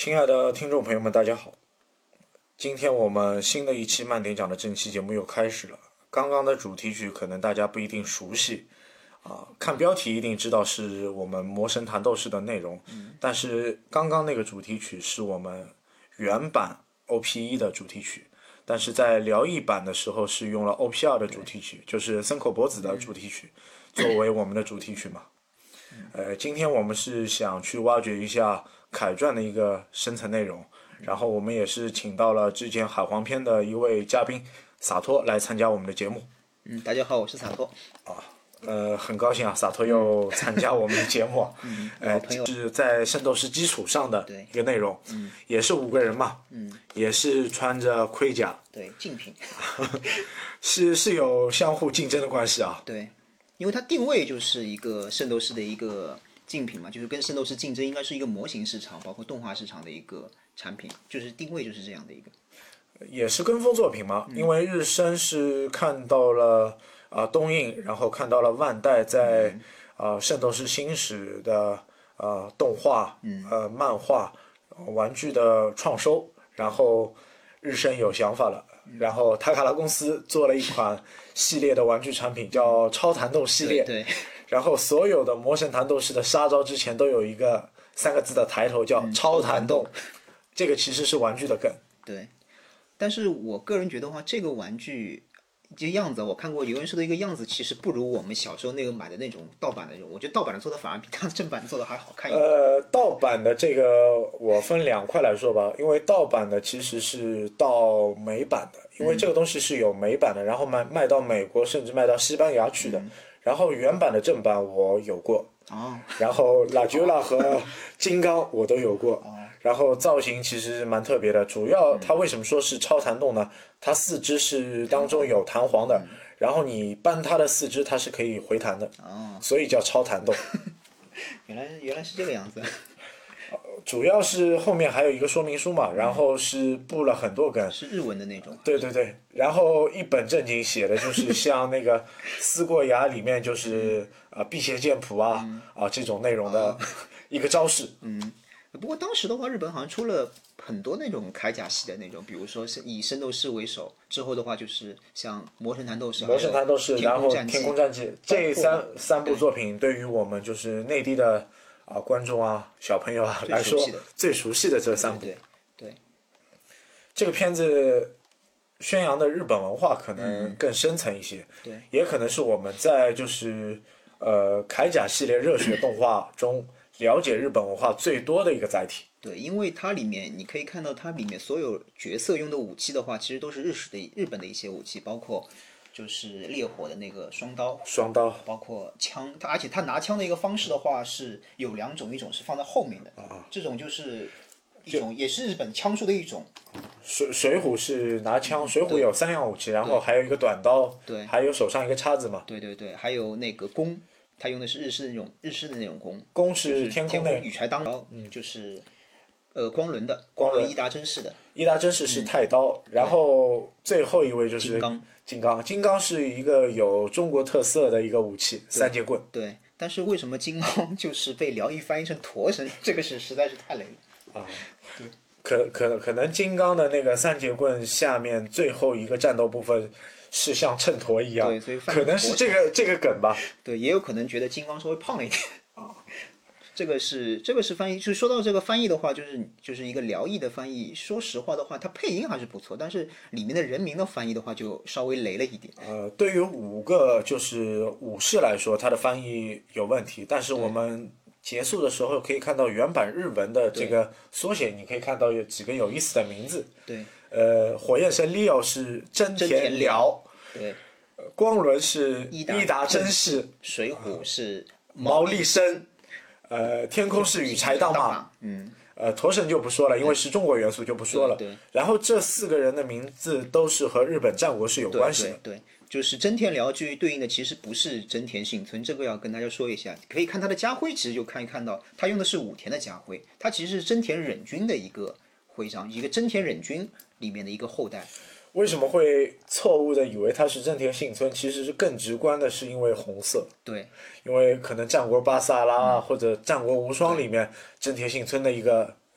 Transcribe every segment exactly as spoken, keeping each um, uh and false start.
亲爱的听众朋友们，大家好！今天我们新的一期慢点讲的正期节目又开始了。刚刚的主题曲可能大家不一定熟悉啊，看标题一定知道是我们魔神弹斗士的内容，嗯、但是刚刚那个主题曲是我们原版 O P 一 的主题曲，但是在辽艺版的时候是用了 O P 二 的主题曲，就是森口博子的主题曲、嗯、作为我们的主题曲嘛。呃，今天我们是想去挖掘一下凯传的一个深层内容，然后我们也是请到了之前海皇篇的一位嘉宾洒脱来参加我们的节目。 嗯，大家好，我是洒脱。 啊，呃，很高兴啊，洒脱又参加我们的节目。 嗯， 呃，是在圣斗士基础上的一个内容。嗯，也是五个人嘛。嗯，也是穿着盔甲。 对，竞品。 是是有相互竞争的关系啊。 对。因为它定位就是一个圣斗士的一个竞品嘛，就是跟圣斗士竞争，应该是一个模型市场，包括动画市场的一个产品，就是定位就是这样的一个。 也是跟风作品嘛，嗯、因为日升是看到了啊、呃、东映，然后看到了万代在啊、呃、圣斗士星矢的呃动画、嗯、呃漫画、玩具的创收，然后日升有想法了。然后塔卡拉公司做了一款系列的玩具产品，叫超弹斗系列。 对。对然后所有的魔神弹斗士的杀招之前都有一个三个字的抬头，叫超弹斗。嗯、这个其实是玩具的梗。 对。但是我个人觉得的话，这个玩具这个样子，我看过有人说的一个样子，其实不如我们小时候那个买的那种盗版的那种。我觉得盗版的做的反而比它正版做的还好看一点。 呃，盗版的这个我分两块来说吧，因为盗版的其实是盗美版的，因为这个东西是有美版的，然后卖卖到美国，甚至卖到西班牙去的。嗯、然后原版的正版我有过， 哦、 然后拉吉欧拉和金刚我都有过。哦然后造型其实蛮特别的，主要它为什么说是超弹动呢？它四肢是当中有弹簧的，嗯、然后你扳它的四肢，它是可以回弹的， 哦、 所以叫超弹动。 原来原来是这个样子。 主要是后面还有一个说明书嘛，然后是布了很多根， 是日文的那种。 对对对，然后一本正经写的就是像那个撕过牙里面就是啊辟邪剑谱啊、嗯、啊这种内容的一个招式。 嗯。不过当时的话，日本好像出了很多那种铠甲系的那种，比如说是以圣斗士为首，之后的话就是像魔神弹斗士、 魔神弹斗士，然后天空战记这三三部作品，对于我们就是内地的啊、呃、观众啊、小朋友啊来说，最熟悉的这三部。 对 对, 对。 这个片子宣扬的日本文化可能更深层一些，嗯、 对， 也可能是我们在就是呃铠甲系列热血动画中。了解日本文化最多的一个载体。 对，因为它里面你可以看到，它里面所有角色用的武器的话，其实都是日式的日本的一些武器，包括就是烈火的那个双刀， 双刀， 包括枪，它而且它拿枪的一个方式的话是有两种，一种是放在后面的，啊、这种就是一种也是日本枪术的一种。 水水浒是拿枪，水浒有三样武器，然后还有一个短刀， 对， 还有手上一个叉子嘛。 对对对，还有那个弓。他用的是日式的那种日式的那种弓， 弓是天空的羽柴当，嗯，就是呃光轮的， 光轮伊达真式的， 伊达真式是太刀，嗯、然后最后一位就是金刚， 金刚，金刚是一个有中国特色的一个武器，三节棍。 对，但是为什么金刚就是被辽艺翻译成驼神？这个是实在是太雷了。 啊，对，可可可能金刚的那个三节棍下面最后一个战斗部分。是像秤砣一样， 对，所以可能是这个这个梗吧。 对，也有可能觉得金刚稍微胖了一点啊。这个是这个是翻译，就是说到这个翻译的话，就是就是一个辽艺的翻译。说实话的话，它配音还是不错，但是里面的人名的翻译的话就稍微雷了一点。 呃，对于五个就是武士来说，它的翻译有问题，但是我们结束的时候可以看到原版日文的这个缩写，你可以看到有几个有意思的名字。 对。 呃，火焰神 Leo 是真田辽， 对， 光轮是伊达真氏， 水浒是毛利生，呃，天空是羽柴当马， 嗯， 呃，驼神就不说了，因为是中国元素就不说了。 对，对然后这四个人的名字都是和日本战国是有关系的。 对，对对就是真田辽具对应的其实不是真田幸村，这个要跟大家说一下。可以看他的家徽，其实就可以看到他用的是武田的家徽，他其实是真田忍军的一个徽章，一个真田忍军里面的一个后代。 为什么会错误的以为它是真田幸村？其实是更直观的，是因为红色。 对， 因为可能战国巴萨拉、嗯、或者战国无双里面真田幸村的一个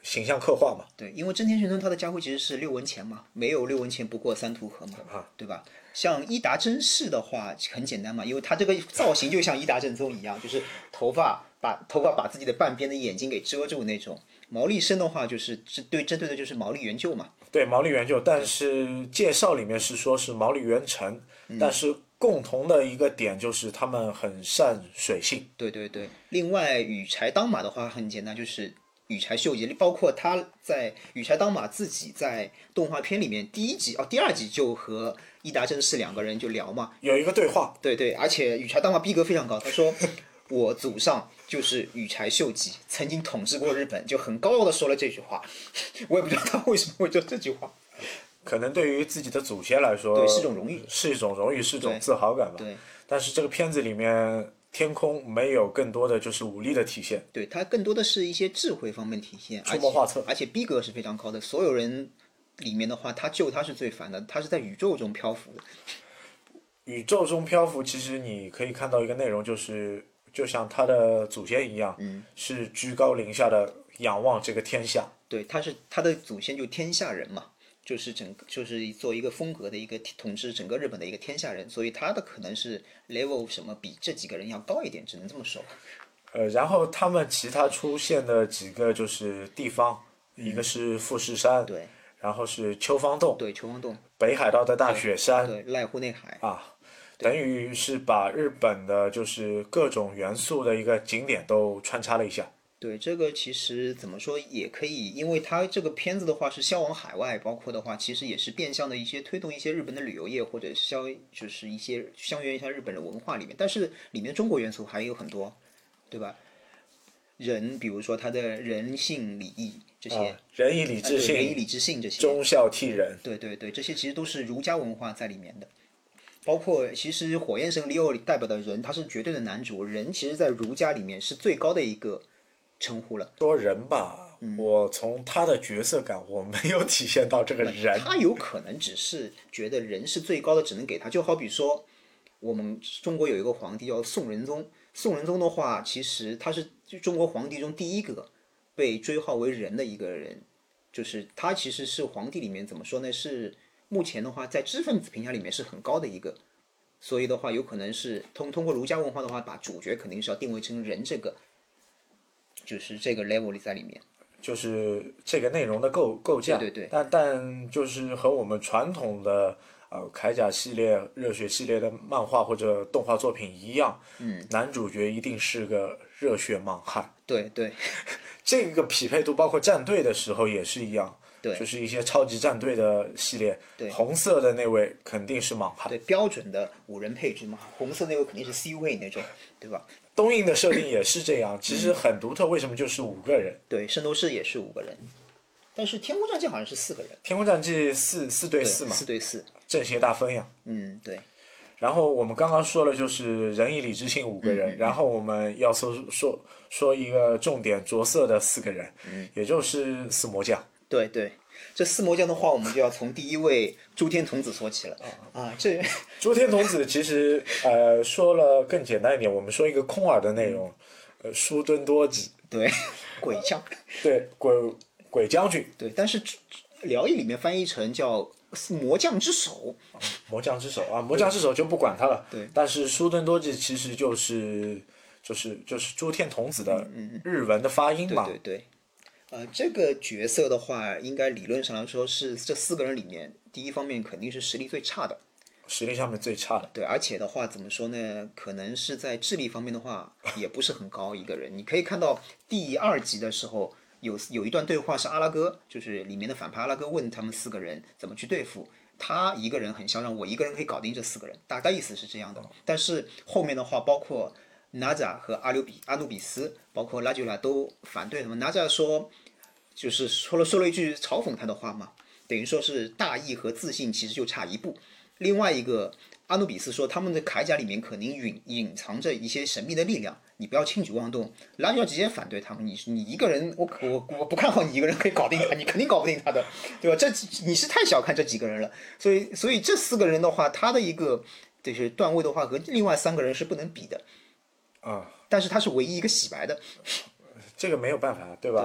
形象刻画嘛。 对，因为真田玄尊他的家徽其实是六文钱嘛，没有六文钱不过三途河嘛， 啊， 对吧？像伊达真氏的话很简单嘛，因为他这个造型就像伊达正宗一样，就是头发把头发把自己的半边的眼睛给遮住那种。毛利生的话就是针对针对的就是毛利元就嘛。 对，毛利元就，但是介绍里面是说是毛利元成， 嗯、 但是共同的一个点就是他们很善水性。 对对对，另外羽柴当马的话很简单，就是羽柴秀吉，包括他在羽柴当马自己在动画片里面第一集哦第二集就和伊达政氏两个人就聊嘛， 有一个对话。 对对，而且羽柴当马逼格非常高，他说我祖上就是羽柴秀吉，曾经统治过日本，就很高傲的说了这句话。我也不知道他为什么会说这句话。 可能对于自己的祖先来说， 对，是一种荣誉， 是一种荣誉，是一种自豪感吧。 对。 但是这个片子里面，天空没有更多的就是武力的体现， 对，它更多的是一些智慧方面体现， 出谋划策， 而且逼格是非常高的。所有人里面的话，他救他是最烦的，他是在宇宙中漂浮的。 宇宙中漂浮，其实你可以看到一个内容，就是就像他的祖先一样， 嗯， 是居高临下的仰望这个天下。 对，他是他的祖先就天下人嘛。就是整个就是做一个风格的一个统治整个日本的一个天下人，所以他的可能是 level 什么比这几个人要高一点，只能这么说。 呃，然后他们其他出现的几个就是地方， 嗯、 一个是富士山， 对， 然后是秋芳洞， 对，秋芳洞， 北海道的大雪山， 对，濑户内海啊，等于是把日本的就是各种元素的一个景点都穿插了一下。 对，这个其实怎么说也可以，因为它这个片子的话是销往海外，包括的话其实也是变相的一些推动一些日本的旅游业，或者销就是一些相源于像日本的文化里面，但是里面中国元素还有很多，对吧？人，比如说他的人性礼义这些， 啊、仁义礼智信， 仁义礼智信这些， 忠孝悌仁， 对对对，这些其实都是儒家文化在里面的。包括其实火焰神利欧代表的人，他是绝对的男主，人其实在儒家里面是最高的一个称呼了。 说人吧， 嗯、 我从他的角色感我没有体现到这个人。 他有可能只是觉得人是最高的，只能给他。就好比说，我们中国有一个皇帝叫宋仁宗，宋仁宗的话，其实他是中国皇帝中第一个被追号为人的一个人，就是他其实是皇帝里面怎么说呢？是目前的话，在知识分子评价里面是很高的一个。所以的话，有可能是通通过儒家文化的话，把主角肯定是要定位成人这个。就是这个 level 里在里面， 就是这个内容的构构架， 对对对， 但但就是和我们传统的呃铠甲系列、热血系列的漫画或者动画作品一样， 嗯， 男主角一定是个热血莽汉， 对对， 这个匹配度包括战队的时候也是一样， 对， 就是一些超级战队的系列， 对， 红色的那位肯定是莽汉， 对，标准的五人配置嘛，红色那位肯定是 C 位那种，对吧？ 东映的设定也是这样，其实很独特。为什么就是五个人？ 对，圣斗士也是五个人，但是天空战记好像是四个人。 天空战记四四对四嘛， 四对四， 正邪大分呀。 嗯，对。 然后我们刚刚说了，就是仁义礼智信五个人， 嗯嗯嗯然后我们要说说说一个重点着色的四个人， 嗯， 也就是四魔将。 对对。这四魔将的话，我们就要从第一位诸天童子说起了啊。这诸天童子其实呃说了更简单一点，我们说一个空耳的内容，呃，疏敦多吉， 对，鬼将， 对，鬼鬼将军， 对，但是辽译里面翻译成叫魔将之首， 魔将之首啊，魔将之首就不管他了。 对， 但是疏敦多吉其实就是就是就是诸天童子的日文的发音嘛。 对对对。呃，这个角色的话，应该理论上来说是这四个人里面，第一方面肯定是实力最差的， 实力上面最差的。 对，而且的话怎么说呢？可能是在智力方面的话，也不是很高一个人。你可以看到第二集的时候，有有一段对话是阿拉哥，就是里面的反派阿拉哥问他们四个人怎么去对付，他一个人很嚣张，我一个人可以搞定这四个人，大概意思是这样的。但是后面的话，包括纳扎和阿留比阿努比斯，包括拉久拉都反对他们。纳扎说。就是说了说了一句嘲讽他的话嘛，等于说是大义和自信其实就差一步。另外一个阿努比斯说，他们的铠甲里面肯定隐隐藏着一些神秘的力量，你不要轻举妄动。拉就直接反对他们，你你一个人，我我我不看好你一个人可以搞定他，你肯定搞不定他的，对吧？这你是太小看这几个人了。所以所以这四个人的话，他的一个就是段位的话和另外三个人是不能比的啊。 但是他是唯一一个洗白的， 这个没有办法，对吧？ 对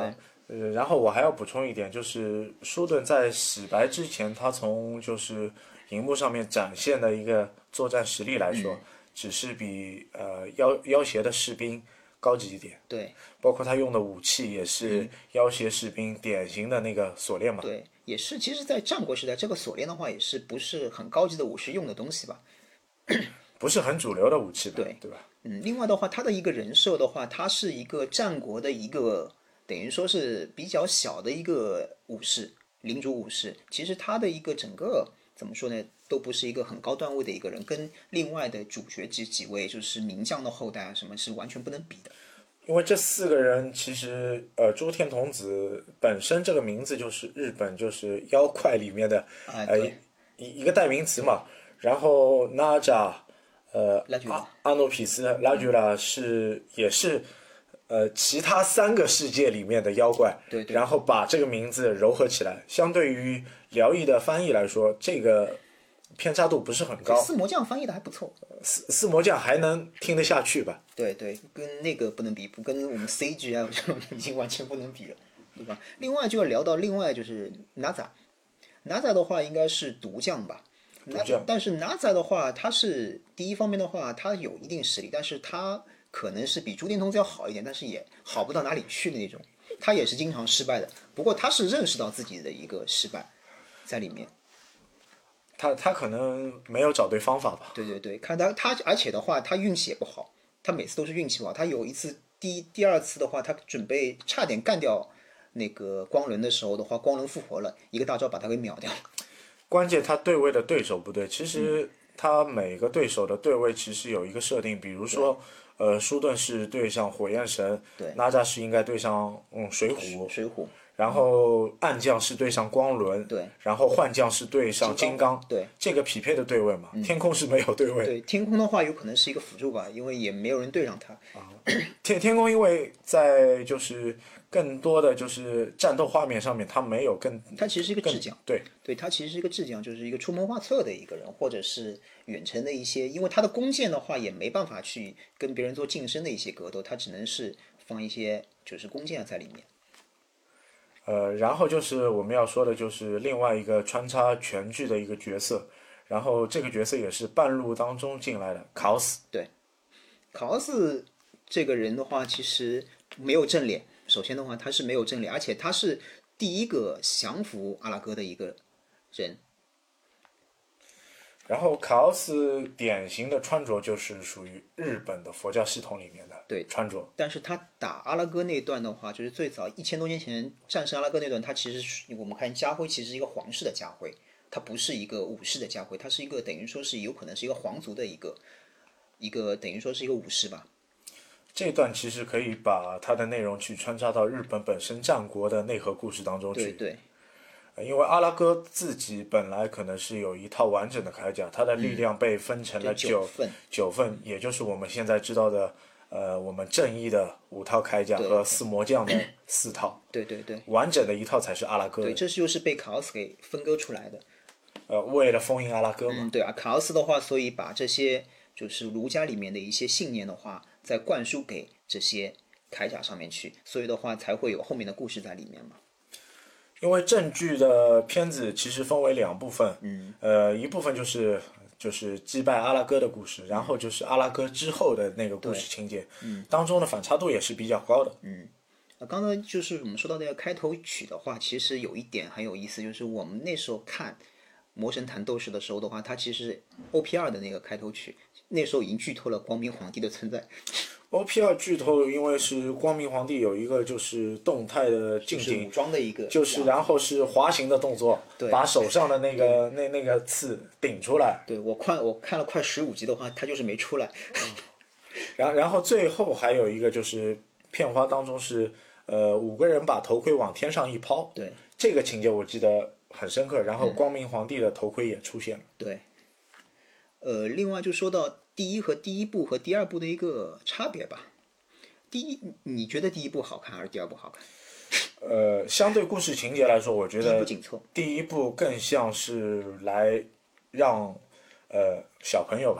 呃，然后我还要补充一点，就是舒顿在洗白之前，他从就是荧幕上面展现的一个作战实力来说， 嗯、 只是比呃要要挟的士兵高级一点。 对， 包括他用的武器也是要挟士兵典型的那个锁链嘛。 对，也是。其实，在战国时代，这个锁链的话，也是不是很高级的武士用的东西吧？ 不是很主流的武器吧？ 对， 对吧？ 嗯，另外的话，他的一个人设的话，他是一个战国的一个等于说是比较小的一个武士，领主武士。其实他的一个整个怎么说呢，都不是一个很高段位的一个人，跟另外的主角几几位就是名将的后代啊，什么是完全不能比的。 因为这四个人其实，呃，诸天童子本身这个名字就是日本就是妖怪里面的啊， 呃对， 一一个代名词嘛。然后哪吒，呃， 拉举阿阿诺匹斯、拉举拉是也是呃其他三个世界里面的妖怪， 对对然后把这个名字糅合起来。相对于辽译的翻译来说，这个偏差度不是很高。 四魔将翻译的还不错。 四四魔将还能听得下去吧？ 对对，跟那个不能比，跟我们 C G 啊，已经完全不能比了，对吧？另外就要聊到另外就是哪吒，哪吒的话应该是毒将吧？ 毒将， 但是哪吒的话，他是第一方面的话，他有一定实力，但是他可能是比朱天童子要好一点，但是也好不到哪里去的那种。他也是经常失败的，不过他是认识到自己的一个失败在里面。 他他可能没有找对方法吧。 对对对，看他他，而且的话，他运气也不好，他每次都是运气不好。他有一次第第二次的话，他准备差点干掉那个光伦的时候的话，光伦复活了，一个大招把他给秒掉了。 关键他对位的对手不对，其实他每个对手的对位其实有一个设定，比如说，呃，舒顿是对上火焰神， 对， 哪吒是应该对上嗯水浒， 水浒， 然后暗将是对上光伦， 对， 然后幻将是对上金刚， 对， 这个匹配的对位嘛，天空是没有对位， 对，天空的话有可能是一个辅助吧，因为也没有人对上他。 天天空因为在就是更多的就是战斗画面上面，他没有更， 他其实是一个智将， 对， 对他其实是一个智将，就是一个出谋划策的一个人，或者是远程的一些，因为他的弓箭的话也没办法去跟别人做近身的一些格斗，他只能是放一些就是弓箭在里面。 呃，然后就是我们要说的，就是另外一个穿插全剧的一个角色，然后这个角色也是半路当中进来的，卡奥斯。 对，卡奥斯这个人的话，其实没有正脸。首先的话，他是没有正脸，而且他是第一个降服阿拉哥的一个人。 然后卡奥斯典型的穿着就是属于日本的佛教系统里面的对穿着， 但是他打阿拉哥那段的话，就是最早一千多年前战胜阿拉哥那段，他其实是我们看家徽，其实是一个皇室的家徽，它不是一个武士的家徽，它是一个等于说是有可能是一个皇族的一个一个等于说是一个武士吧。 这段其实可以把它的内容去穿插到日本本身战国的内核故事当中去。 对对。 因为阿拉哥自己本来可能是有一套完整的铠甲，它的力量被分成了九、 嗯、份， 九份，也就是我们现在知道的，呃，我们正义的五套铠甲和四魔将的四套。 对对对， 完整的一套才是阿拉哥的。 对，这就是被卡奥斯给分割出来的。 呃，为了封印阿拉哥嘛。 嗯，对啊，卡奥斯的话，所以把这些就是儒家里面的一些信念的话，再灌输给这些铠甲上面去，所以的话才会有后面的故事在里面嘛。 因为正剧的片子其实分为两部分， 嗯， 呃，一部分就是就是击败阿拉哥的故事，然后就是阿拉哥之后的那个故事情节， 嗯， 当中的反差度也是比较高的。 嗯，那刚才就是我们说到那个开头曲的话，其实有一点很有意思，就是我们那时候看《魔神坛斗士》的时候的话，它其实 O P 二的那个开头曲，那时候已经剧透了光明皇帝的存在。 O P 二剧透，因为是光明皇帝有一个就是动态的近景， 武装的一个， 就是然后是滑行的动作，把手上的那个那那个刺顶出来。 对，我看我看了快十五集的话，他就是没出来。 然然后最后还有一个就是片花当中是呃五个人把头盔往天上一抛， 对， 这个情节我记得很深刻。然后光明皇帝的头盔也出现了。 对，呃，另外就说到第一和第一部和第二部的一个差别吧。第一，你觉得第一部好看还是第二部好看？ 呃，相对故事情节来说，我觉第一部得紧凑， 第一部更像是来让呃小朋友吧，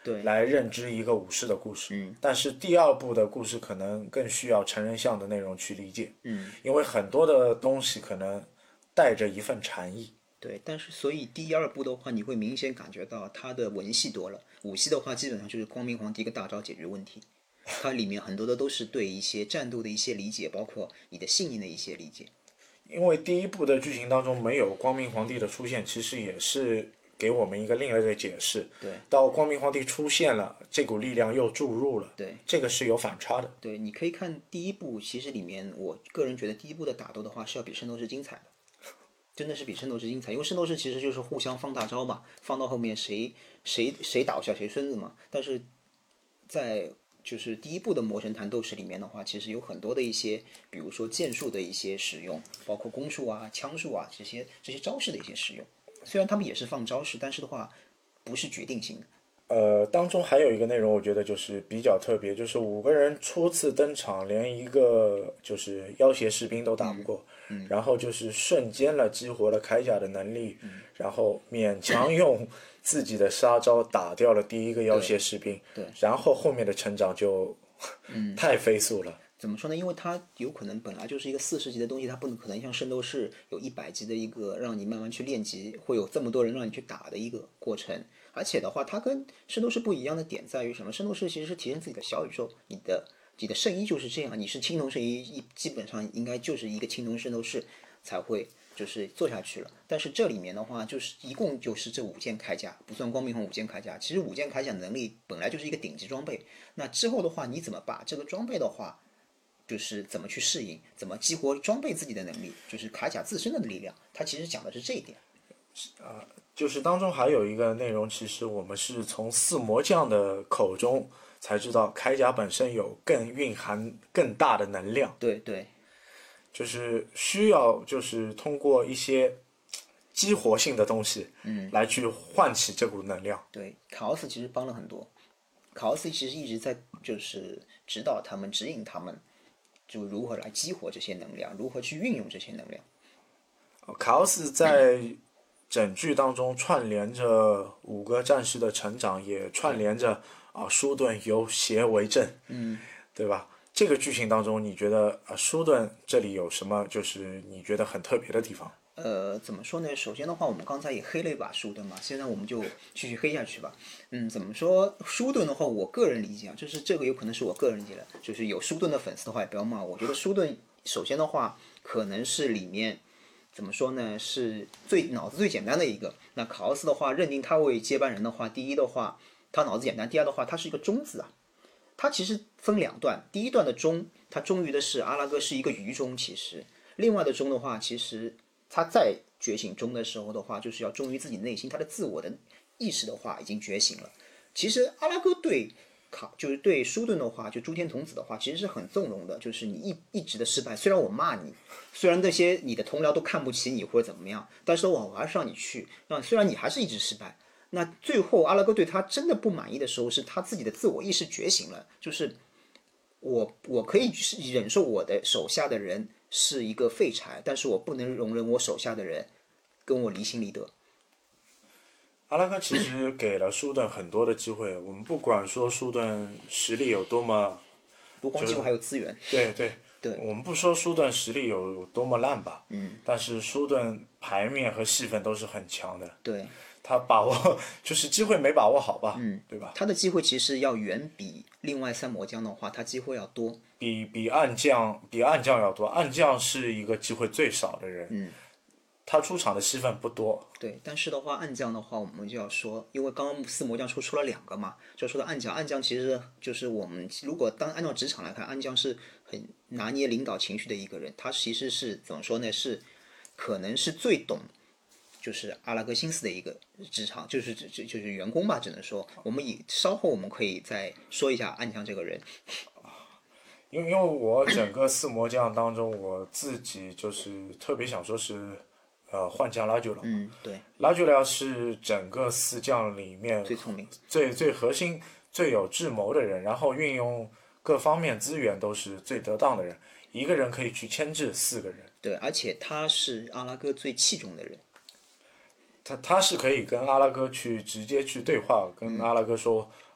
对， 来认知一个武士的故事。 嗯， 但是第二部的故事可能更需要成人向的内容去理解。 嗯， 因为很多的东西可能带着一份禅意。 对，但是所以第二部的话，你会明显感觉到它的文戏多了，武戏的话基本上就是光明皇帝一个大招解决问题。它里面很多的都是对一些战斗的一些理解，包括你的信念的一些理解。 因为第一部的剧情当中没有光明皇帝的出现，其实也是给我们一个另类的解释。 对， 到光明皇帝出现了，这股力量又注入了。 对， 这个是有反差的。 对，你可以看第一部，其实里面我个人觉得第一部的打斗的话是要比圣斗士精彩的。真的是比圣斗士精彩，因为圣斗士其实就是互相放大招嘛，放到后面谁谁谁倒下谁孙子嘛。但是在就是第一部的魔神坛斗士里面的话，其实有很多的一些，比如说剑术的一些使用，包括弓术啊、枪术啊这些这些招式的一些使用。虽然他们也是放招式，但是的话不是决定性的。 呃，当中还有一个内容，我觉得就是比较特别，就是五个人初次登场，连一个就是要挟士兵都打不过， 嗯嗯、 然后就是瞬间了激活了铠甲的能力，嗯、然后勉强用自己的杀招打掉了第一个要挟士兵， 对，对然后后面的成长就、嗯、太飞速了。 怎么说呢？因为它有可能本来就是一个四十级的东西，它不能可能像圣斗士有一百级的一个让你慢慢去练级，会有这么多人让你去打的一个过程。而且的话，它跟圣斗士不一样的点在于什么？圣斗士其实是提升自己的小宇宙，你的你的圣衣就是这样，你是青铜圣衣，基本上应该就是一个青铜圣斗士才会就是做下去了。但是这里面的话，就是一共就是这五件铠甲，不算光明红五件铠甲。其实五件铠甲能力本来就是一个顶级装备。那之后的话，你怎么把这个装备的话，就是怎么去适应，怎么激活装备自己的能力，就是铠甲自身的力量。它其实讲的是这一点。 啊、呃，就是当中还有一个内容，其实我们是从四魔将的口中才知道，铠甲本身有更蕴含更大的能量。 对对， 就是需要就是通过一些激活性的东西，嗯，来去唤起这股能量。 对，卡奥斯其实帮了很多，卡奥斯其实一直在就是指导他们、指引他们，就如何来激活这些能量，如何去运用这些能量。 卡奥斯在整剧当中串联着五个战士的成长，也串联着啊舒顿由邪为正， 嗯， 对吧？这个剧情当中，你觉得啊舒顿这里有什么就是你觉得很特别的地方？ 呃，怎么说呢？首先的话，我们刚才也黑了一把舒顿嘛，现在我们就继续黑下去吧。嗯，怎么说舒顿的话，我个人理解啊，就是这个有可能是我个人理解的，就是有舒顿的粉丝的话也不要骂我。我觉得舒顿首先的话，可能是里面怎么说呢，是最脑子最简单的一个。那卡奥斯的话，认定他为接班人的话，第一的话，他脑子简单；第二的话，他是一个中字啊。它其实分两段，第一段的忠，它忠于的是阿拉哥是一个愚忠，其实另外的忠的话，其实他在觉醒忠的时候的话，就是要忠于自己内心，他的自我的意识的话已经觉醒了。其实阿拉哥对卡就是对舒顿的话，就诸天童子的话，其实是很纵容的，就是你一一直的失败，虽然我骂你，虽然那些你的同僚都看不起你或者怎么样，但是我还是让你去，让虽然你还是一直失败。那最后阿拉哥对他真的不满意的时候，是他自己的自我意识觉醒了，就是我我可以忍受我的手下的人是一个废柴，但是我不能容忍我手下的人跟我离心离德。 阿拉哥其实给了舒顿很多的机会，我们不管说舒顿实力有多么， 不光机会还有资源。 对对对， 我们不说舒顿实力有多么烂吧， 嗯， 但是舒顿牌面和戏份都是很强的。 对。 他把握就是机会没把握好吧， 嗯， 对吧？ 他的机会其实要远比另外三魔将的话，他机会要多。 比比暗将比暗将要多，暗将是一个机会最少的人， 嗯， 他出场的戏份不多。 对，但是的话，暗将的话，我们就要说，因为刚刚四魔将出出了两个嘛，就说到暗将，暗将其实就是我们如果当按照职场来看，暗将是很拿捏领导情绪的一个人，他其实是怎么说呢？是可能是最懂。就是阿拉哥心思的一个职场，就是就就是员工吧，只能说我们以稍后我们可以再说一下暗将这个人。 因为因为我整个四魔将当中，我自己就是特别想说是，呃，幻将拉久了。 嗯，对。 拉久了是整个四将里面最聪明、 最最核心、最有智谋的人，然后运用各方面资源都是最得当的人，一个人可以去牵制四个人。 对，而且他是阿拉哥最器重的人。 他他是可以跟阿拉哥去直接去对话，跟阿拉哥说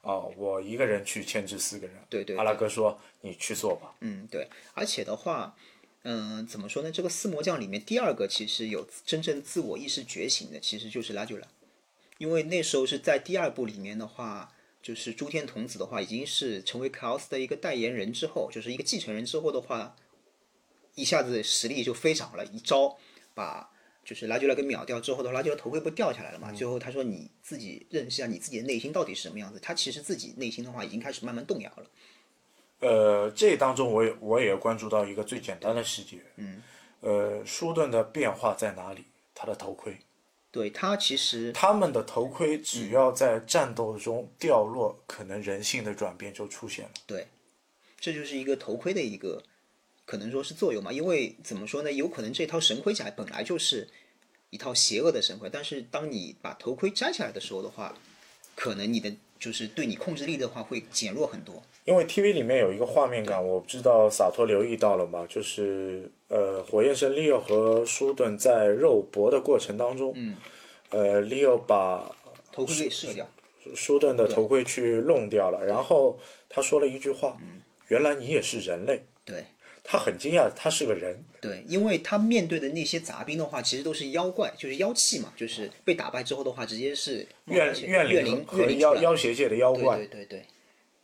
哦，我一个人去牵制四个人。 对对对阿拉哥说你去做吧。 嗯，对，而且的话，嗯、怎么说呢？这个四魔将里面第二个其实有真正自我意识觉醒的，其实就是拉久拉，因为那时候是在第二部里面的话，就是诸天童子的话已经是成为卡奥斯的一个代言人之后，就是一个继承人之后的话，一下子实力就飞涨了，一招把就是拉久拉给秒掉之后的话，拉久拉头盔不掉下来了嘛？最后他说你自己认识一下你自己的内心到底是什么样子。他其实自己内心的话已经开始慢慢动摇了。 呃，这当中我也我也关注到一个最简单的细节，嗯，呃，舒顿的变化在哪里？他的头盔， 对他其实他们的头盔只要在战斗中掉落，可能人性的转变就出现了。 对，这就是一个头盔的一个可能说是作用嘛。因为怎么说呢？有可能这套神盔甲本来就是一套邪恶的神盔，但是当你把头盔摘下来的时候的话，可能你的就是对你控制力的话会减弱很多。 因为 T V 里面有一个画面感，我不知道洒脱留意到了吗？就是呃，火焰神 Leo 和舒顿在肉搏的过程当中，嗯，呃，Leo 把头盔给射掉， 舒顿的头盔去弄掉了，然后他说了一句话：“原来你也是人类。” 对。 他很惊讶，他是个人。 对，因为他面对的那些杂兵的话，其实都是妖怪，就是妖气嘛，就是被打败之后的话，直接是怨怨怨灵和妖妖邪界的妖怪。 对对对对。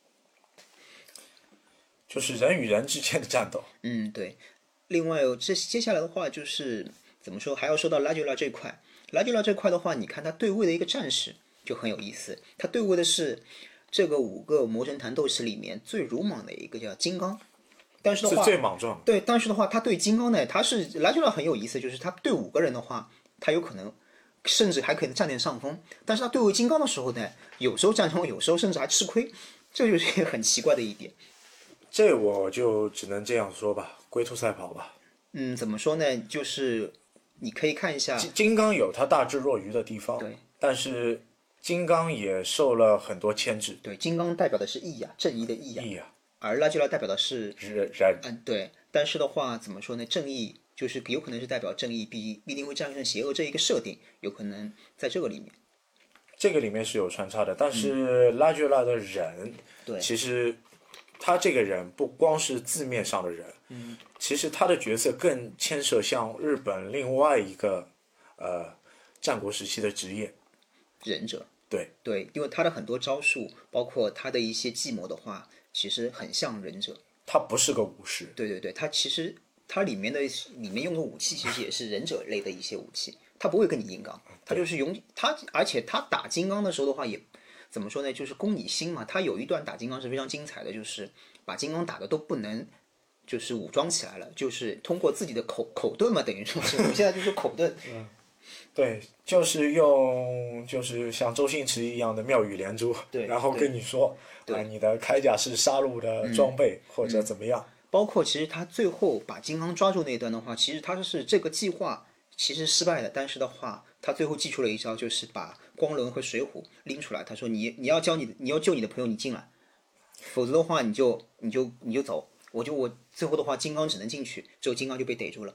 就是人与人之间的战斗。 嗯，对。另外，这接下来的话就是怎么说，还要说到拉久拉这块。拉久拉这块的话，你看他对位的一个战士就很有意思，他对位的是这个五个魔神坛斗士里面最鲁莽的一个叫金刚。但是的话， 是最莽撞。 对，但是的话，他对金刚呢，他是拉久拉很有意思，就是他对五个人的话，他有可能甚至还可以占点上风。但是他对位金刚的时候呢，有时候占上风，有时候甚至还吃亏，这就是一个很奇怪的一点。 这我就只能这样说吧，龟兔赛跑吧。 嗯，怎么说呢？就是你可以看一下， 金刚有他大智若愚的地方， 对， 但是金刚也受了很多牵制。 对，金刚代表的是义呀、正义的义呀、 义呀， 而拉久拉代表的是人人。 嗯，对。但是的话，怎么说呢？正义就是有可能是代表正义必必定会战胜邪恶这一个设定，有可能在这个里面。 这个里面是有穿插的，但是拉久拉的人， 对， 其实他这个人不光是字面上的人，嗯，其实他的角色更牵涉像日本另外一个呃战国时期的职业忍者。 对对，因为他的很多招数，包括他的一些计谋的话，其实很像忍者。 他不是个武士。 对对对，他其实他里面的里面用的武器其实也是忍者类的一些武器，他不会跟你硬刚，他就是用他，而且他打金刚的时候的话也怎么说呢，就是攻你心嘛。他有一段打金刚是非常精彩的，就是把金刚打的都不能就是武装起来了，就是通过自己的口口盾嘛，等于说是我们现在就说口盾。 嗯，对，就是用就是像周星驰一样的妙语连珠， 对， 然后跟你说啊，你的铠甲是杀戮的装备、嗯、或者怎么样。 包括其实他最后把金刚抓住那一段的话，其实他是这个计划其实失败的，但是的话，他最后祭出了一招，就是把光轮和水浒拎出来，他说你你要教你你要救你的朋友，你进来，否则的话你就你就你就走，我就我最后的话金刚只能进去，最后金刚就被逮住了。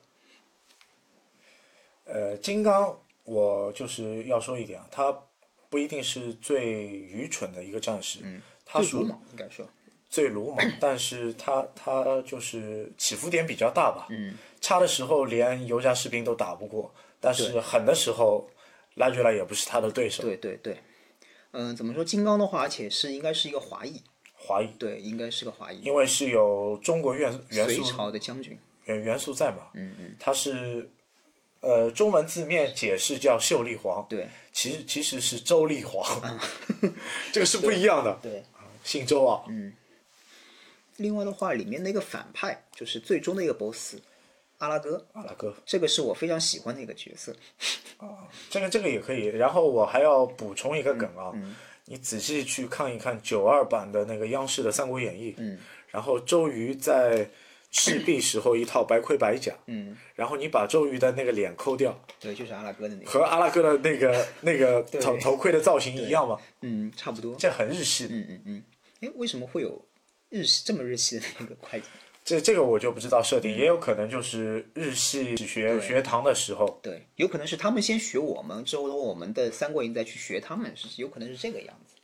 呃，金刚我就是要说一点，他不一定是最愚蠢的一个战士， 嗯， 他最鲁莽应该说。 最鲁莽，但是他他就是起伏点比较大吧。 嗯， 差的时候连游侠士兵都打不过，但是狠的时候，拉久拉也不是他的对手。 对对对，嗯、呃，怎么说？金刚的话，而且是应该是一个华裔。 华裔。 对，应该是个华裔。 因为是有中国元元素。 隋朝的将军。 元元素在嘛？ 嗯嗯。 他是，呃，中文字面解释叫秀丽皇。 对。 其实其实是周丽皇，这个是不一样的。 对。 姓周啊。 嗯。另外的话，里面那个反派就是最终的一个 boss， 阿拉哥。 阿拉哥， 这个是我非常喜欢的一个角色。 啊，这个这个也可以。然后我还要补充一个梗啊， 嗯嗯、 你仔细去看一看九二版的那个央视的《三国演义》， 嗯， 然后周瑜在赤壁时候一套白盔白甲， 嗯， 然后你把周瑜的那个脸抠掉， 对，就是阿拉哥的那个， 和阿拉哥的那个那个头头盔的造型一样吗？ 嗯，差不多。 这很日系的。 嗯嗯嗯。哎，为什么会有？日系这么日系的那个会计， 这这个我就不知道设定，也有可能就是日系学学堂的时候， 对，有可能是他们先学我们，之后我们的三国演义再去学他们，是有可能是这个样子。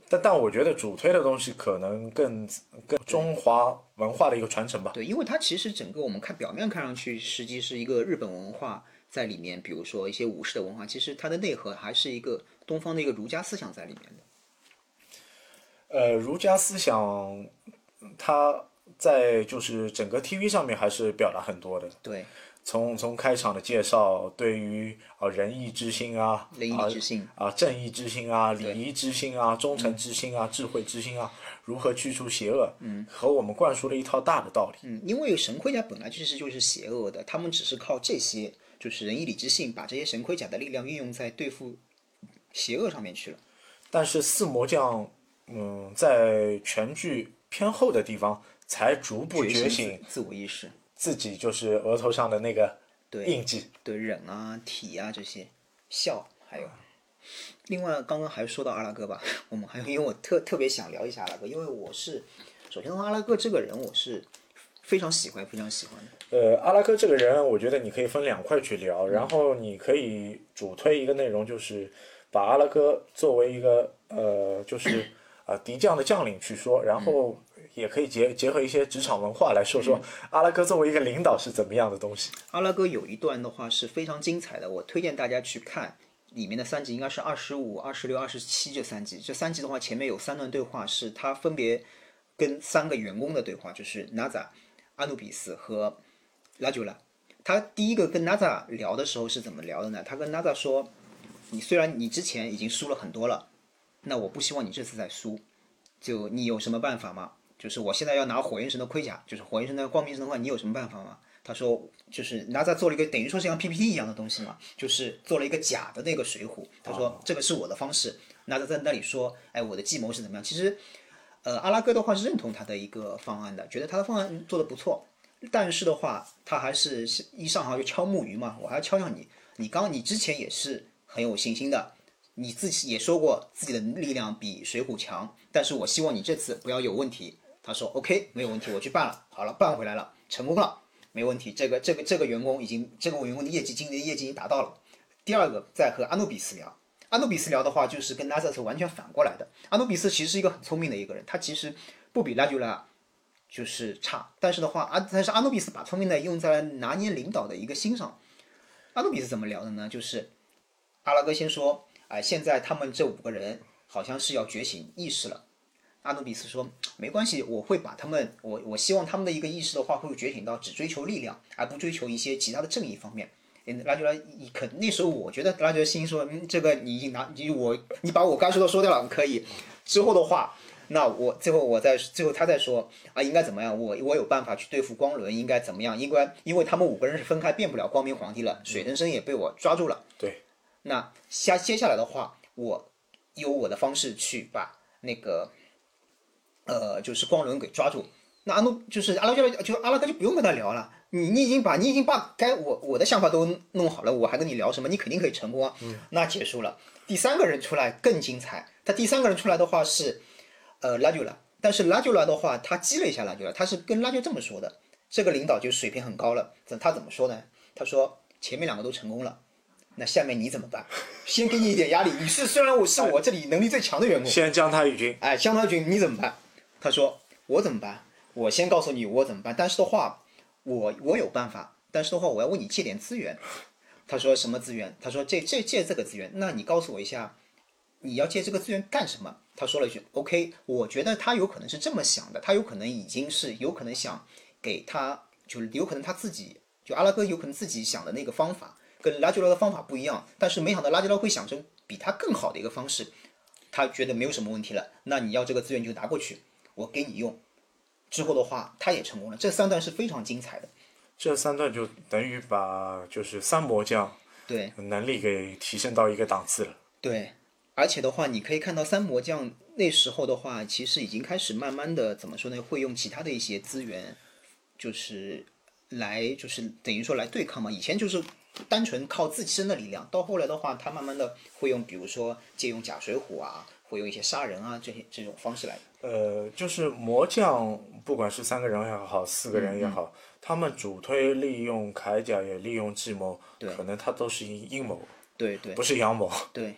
但但我觉得主推的东西可能更更中华文化的一个传承吧。 对，因为它其实整个我们看表面看上去，实际是一个日本文化在里面，比如说一些武士的文化，其实它的内核还是一个东方的一个儒家思想在里面的。 呃，儒家思想，它在就是整个 T V 上面还是表达很多的。 对， 从从开场的介绍，对于啊仁义之心啊， 仁义之心啊正义之心啊，礼仪之心啊，忠诚之心啊，智慧之心啊，如何去除邪恶，嗯，和我们灌输了一套大的道理。 嗯，因为神盔甲本来其实就是邪恶的，他们只是靠这些就是仁义礼智信，把这些神盔甲的力量运用在对付邪恶上面去了。 但是四魔将，嗯，在全剧偏后的地方才逐步觉醒自我意识， 自己就是额头上的那个印记。 对，忍啊、体啊这些，笑还有。另外，刚刚还说到阿拉哥吧，我们还有，因为我特特别想聊一下阿拉哥，因为我是首先阿拉哥这个人我是非常喜欢非常喜欢的。 呃，阿拉哥这个人，我觉得你可以分两块去聊，然后你可以主推一个内容，就是把阿拉哥作为一个呃，就是啊、呃、敌将的将领去说，然后也可以结结合一些职场文化来说说阿拉哥作为一个领导是怎么样的东西。 阿拉哥有一段的话是非常精彩的，我推荐大家去看。里面的三集应该是二十五、二十六、二十七这三集。这三集的话，前面有三段对话，是他分别跟三个员工的对话，就是 Naza、阿努比斯和拉久拉。他第一个跟 Naza 聊的时候是怎么聊的呢？他跟 Naza 说：“你虽然你之前已经输了很多了，那我不希望你这次再输。就你有什么办法吗？就是我现在要拿火焰神的盔甲，就是火焰神的光明神的话，你有什么办法吗？”他说，就是 Naza 做了一个等于说是像 P P T 一样的东西嘛，就是做了一个假的那个水浒。他说这个是我的方式。Naza 在那里说，哎，我的计谋是怎么样？其实，呃，阿拉哥的话是认同他的一个方案的，觉得他的方案做的不错。但是的话，他还是一上行就敲木鱼嘛，我还要敲敲你。你刚你之前也是很有信心的，你自己也说过自己的力量比水浒强，但是我希望你这次不要有问题。他说 OK， 没有问题，我去办了。好了，办回来了，成功了。没问题，这个这个这个员工已经这个员工的业绩，今年的业绩已经达到了。第二个，再和阿努比斯聊，阿努比斯聊的话，就是跟拉扎是完全反过来的。阿努比斯其实是一个很聪明的一个人，他其实不比拉久拉就是差，但是的话，阿但是阿努比斯把聪明的用在了拿捏领导的一个心上。阿努比斯怎么聊的呢？就是阿拉哥先说，哎、呃，现在他们这五个人好像是要觉醒意识了。阿努比斯说：“没关系，我会把他们，我我希望他们的一个意识的话，会觉醒到只追求力量，而不追求一些其他的正义方面。”拉久拉可那时候我觉得拉久拉心说：“嗯，这个你已经拿你我你把我该说的说掉了，可以。”之后的话，那我最后我再最后他再说啊，应该怎么样？我我有办法去对付光轮，应该怎么样？因为因为他们五个人是分开，变不了光明皇帝了，水真身也被我抓住了。 对， 那下接下来的话，我有我的方式去把那个。呃，就是光轮给抓住，那阿努就是阿拉就就阿拉哥就不用跟他聊了，你你已经把你已经把该我我的想法都弄好了，我还跟你聊什么？你肯定可以成功啊，嗯、那结束了。第三个人出来更精彩，他第三个人出来的话是呃拉久拉，但是拉久拉的话他激了一下拉久拉，他是跟拉久这么说的，这个领导就水平很高了，他怎么说呢？他说前面两个都成功了。那下面你怎么办？先给你一点压力，你是虽然我是我这里能力最强的员工， 先将他一军。 哎，将他一军，你怎么办？他说：“我怎么办？我先告诉你我怎么办。但是的话，我我有办法。但是的话，我要问你借点资源。”他说：“什么资源？”他说：“借借借这个资源。那你告诉我一下，你要借这个资源干什么？”他说了一句 ：“OK， 我觉得他有可能是这么想的，他有可能已经是有可能想给他，就是有可能他自己就阿拉哥有可能自己想的那个方法跟拉吉拉的方法不一样，但是没想到拉吉拉会想成比他更好的一个方式。他觉得没有什么问题了，那你要这个资源就拿过去。”我给你用，之后的话，他也成功了。这三段是非常精彩的。 这三段就等于把就是三魔将对能力给提升到一个档次了。 对，而且的话，你可以看到三魔将那时候的话，其实已经开始慢慢的怎么说呢？会用其他的一些资源，就是来就是等于说来对抗嘛。以前就是单纯靠自身的力量，到后来的话，他慢慢的会用，比如说借用假水浒啊。会有一些杀人啊这些这种方式来。 呃，就是魔将，不管是三个人也好，四个人也好，嗯、他们主推利用铠甲，也利用计谋，可能他都是阴谋， 对对， 不是阳谋。 对，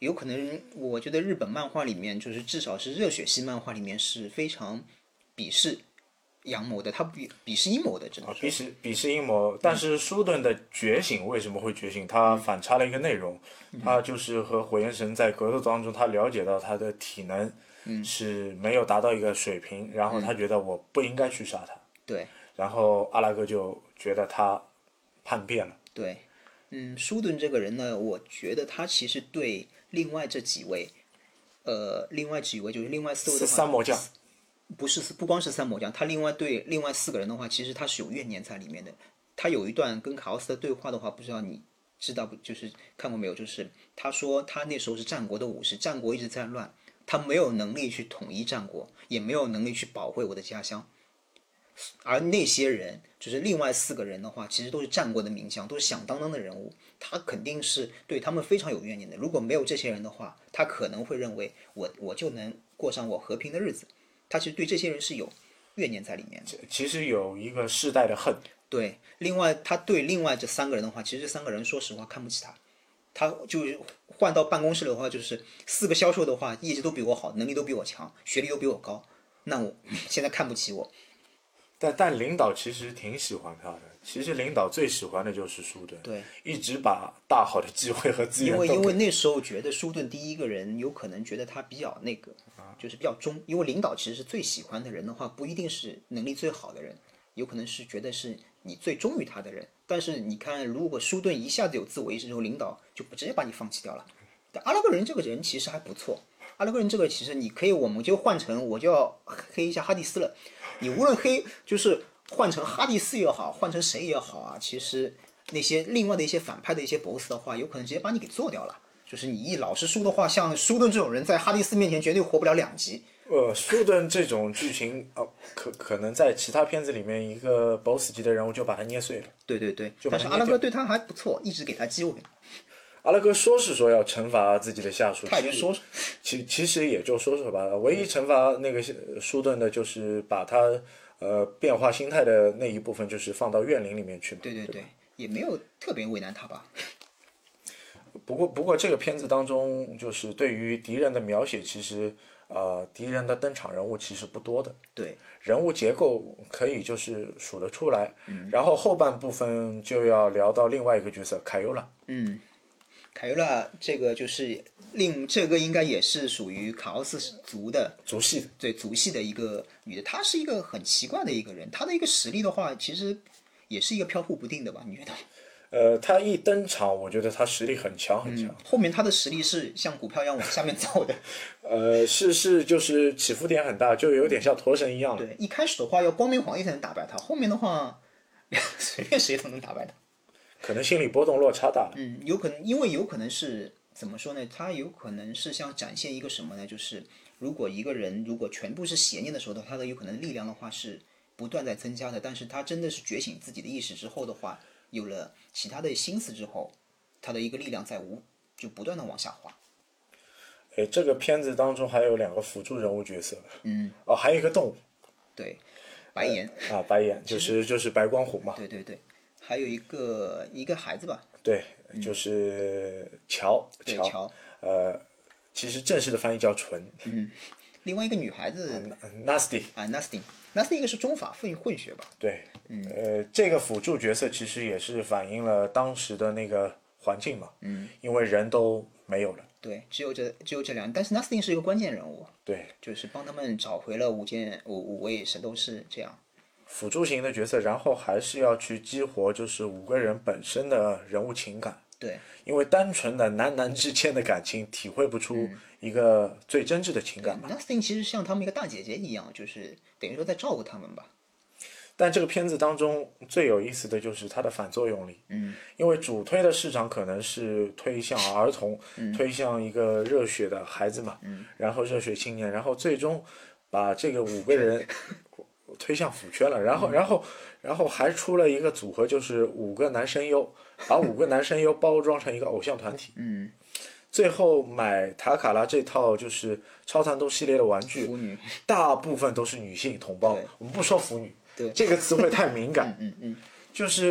有可能我觉得日本漫画里面，就是至少是热血系漫画里面是非常鄙视阳谋的，他鄙鄙视阴谋的，只能说鄙视鄙视阴谋。但是舒顿的觉醒为什么会觉醒？他反差了一个内容，他就是和火焰神在格斗当中，他了解到他的体能是没有达到一个水平，然后他觉得我不应该去杀他。 对。 然后阿拉哥就觉得他叛变了。 对，嗯，舒顿这个人呢，我觉得他其实对另外这几位，呃，另外几位就是另外四位的话， 三魔将， 不是不光是三魔将，他另外对另外四个人的话，其实他是有怨念在里面的。他有一段跟卡奥斯的对话的话，不知道你知道不？就是看过没有？就是他说他那时候是战国的武士，战国一直在乱，他没有能力去统一战国，也没有能力去保卫我的家乡。而那些人，就是另外四个人的话，其实都是战国的名将，都是响当当的人物，他肯定是对他们非常有怨念的。如果没有这些人的话，他可能会认为我我就能过上我和平的日子。他其实对这些人是有怨念在里面的。 其实有一个世代的恨。 对，另外他对另外这三个人的话，其实这三个人说实话看不起他。他就是换到办公室的话，就是四个销售的话，业绩都比我好，能力都比我强，学历都比我高，那我现在看不起我。 但但领导其实挺喜欢他的，其实领导最喜欢的就是舒顿， 对， 一直把大好的机会和资源因为都给因为那时候觉得舒顿第一个人有可能觉得他比较那个，就是比较忠，因为领导其实是最喜欢的人的话，不一定是能力最好的人，有可能是觉得是你最忠于他的人。但是你看，如果舒顿一下子有自我意识之后，领导就不直接把你放弃掉了。但阿拉伯人这个人其实还不错，阿拉伯人这个其实你可以，我们就换成我就要黑一下哈迪斯了。你无论黑就是换成哈迪斯也好，换成谁也好啊，其实那些另外的一些反派的一些 boss 的话，有可能直接把你给做掉了。就是你一老是输的话，像舒顿这种人在哈迪斯面前绝对活不了两集。 呃，舒顿这种剧情，哦，可可能在其他片子里面，一个 boss 级的人物就把他捏碎了。 对对对， 就把他捏掉但是阿拉哥对他还不错，一直给他机会。 阿拉哥说是说要惩罚自己的下属， 他已经说， 其其实也就说说吧。唯一惩罚那个舒顿的就是把他呃变化心态的那一部分，就是放到怨灵里面去嘛。 对对对， 也没有特别为难他吧。 不过不过这个片子当中，就是对于敌人的描写，其实呃敌人的登场人物其实不多的。 对， 人物结构可以就是数得出来。嗯、然后后半部分就要聊到另外一个角色凯尤拉。 嗯。凯尤拉这个就是另这个应该也是属于卡奥斯族的族系的， 对族系的一个女的，她是一个很奇怪的一个人，她的一个实力的话，其实也是一个飘忽不定的吧？你觉得？ 呃，她一登场，我觉得她实力很强很强、嗯。 后面她的实力是像股票一样往下面走的。 呃，是是，就是起伏点很大，就有点像驼神一样了。 对，一开始的话要光明皇帝才能打败她，后面的话随便谁都能打败她。 可能心理波动落差大了。 嗯，有可能，因为有可能是怎么说呢？他有可能是想展现一个什么呢？就是如果一个人如果全部是邪念的时候，他的有可能力量的话是不断在增加的。但是他真的是觉醒自己的意识之后的话，有了其他的心思之后，他的一个力量在无就不断的往下滑。 哎，这个片子当中还有两个辅助人物角色。 嗯。 哦，还有一个动物。 对，白眼。 呃、啊，白眼就是就是白光虎嘛。 对对对。还有一个一个孩子吧， 对，就是乔、 嗯、 乔， 乔， 呃，其实正式的翻译叫纯。 嗯，另外一个女孩子、 嗯、，Nasty 啊 ，Nasty，Nasty 一个是中法混混血吧？ 对， 嗯， 呃，这个辅助角色其实也是反映了当时的那个环境嘛， 嗯， 因为人都没有了。 对，只有这只有这两，但是 Nasty 是一个关键人物， 对， 就是帮他们找回了五件五五位神斗士这样。 辅助型的角色，然后还是要去激活，就是五个人本身的人物情感。 对， 因为单纯的男男之间的感情，体会不出一个最真挚的情感吧。 Nothing 其实像他们一个大姐姐一样，就是等于说在照顾他们吧。 但这个片子当中最有意思的就是它的反作用力。 嗯， 因为主推的市场可能是推向儿童， 嗯、 推向一个热血的孩子嘛， 嗯、 然后热血青年，然后最终把这个五个人推向腐圈了，然后，然后，然后还出了一个组合，就是五个男声优，把五个男声优包装成一个偶像团体。 嗯， 最后买塔卡拉这套就是超弹动系列的玩具，大部分都是女性同胞。我们不说腐女， 对， 这个词汇太敏感。 嗯嗯嗯， 就是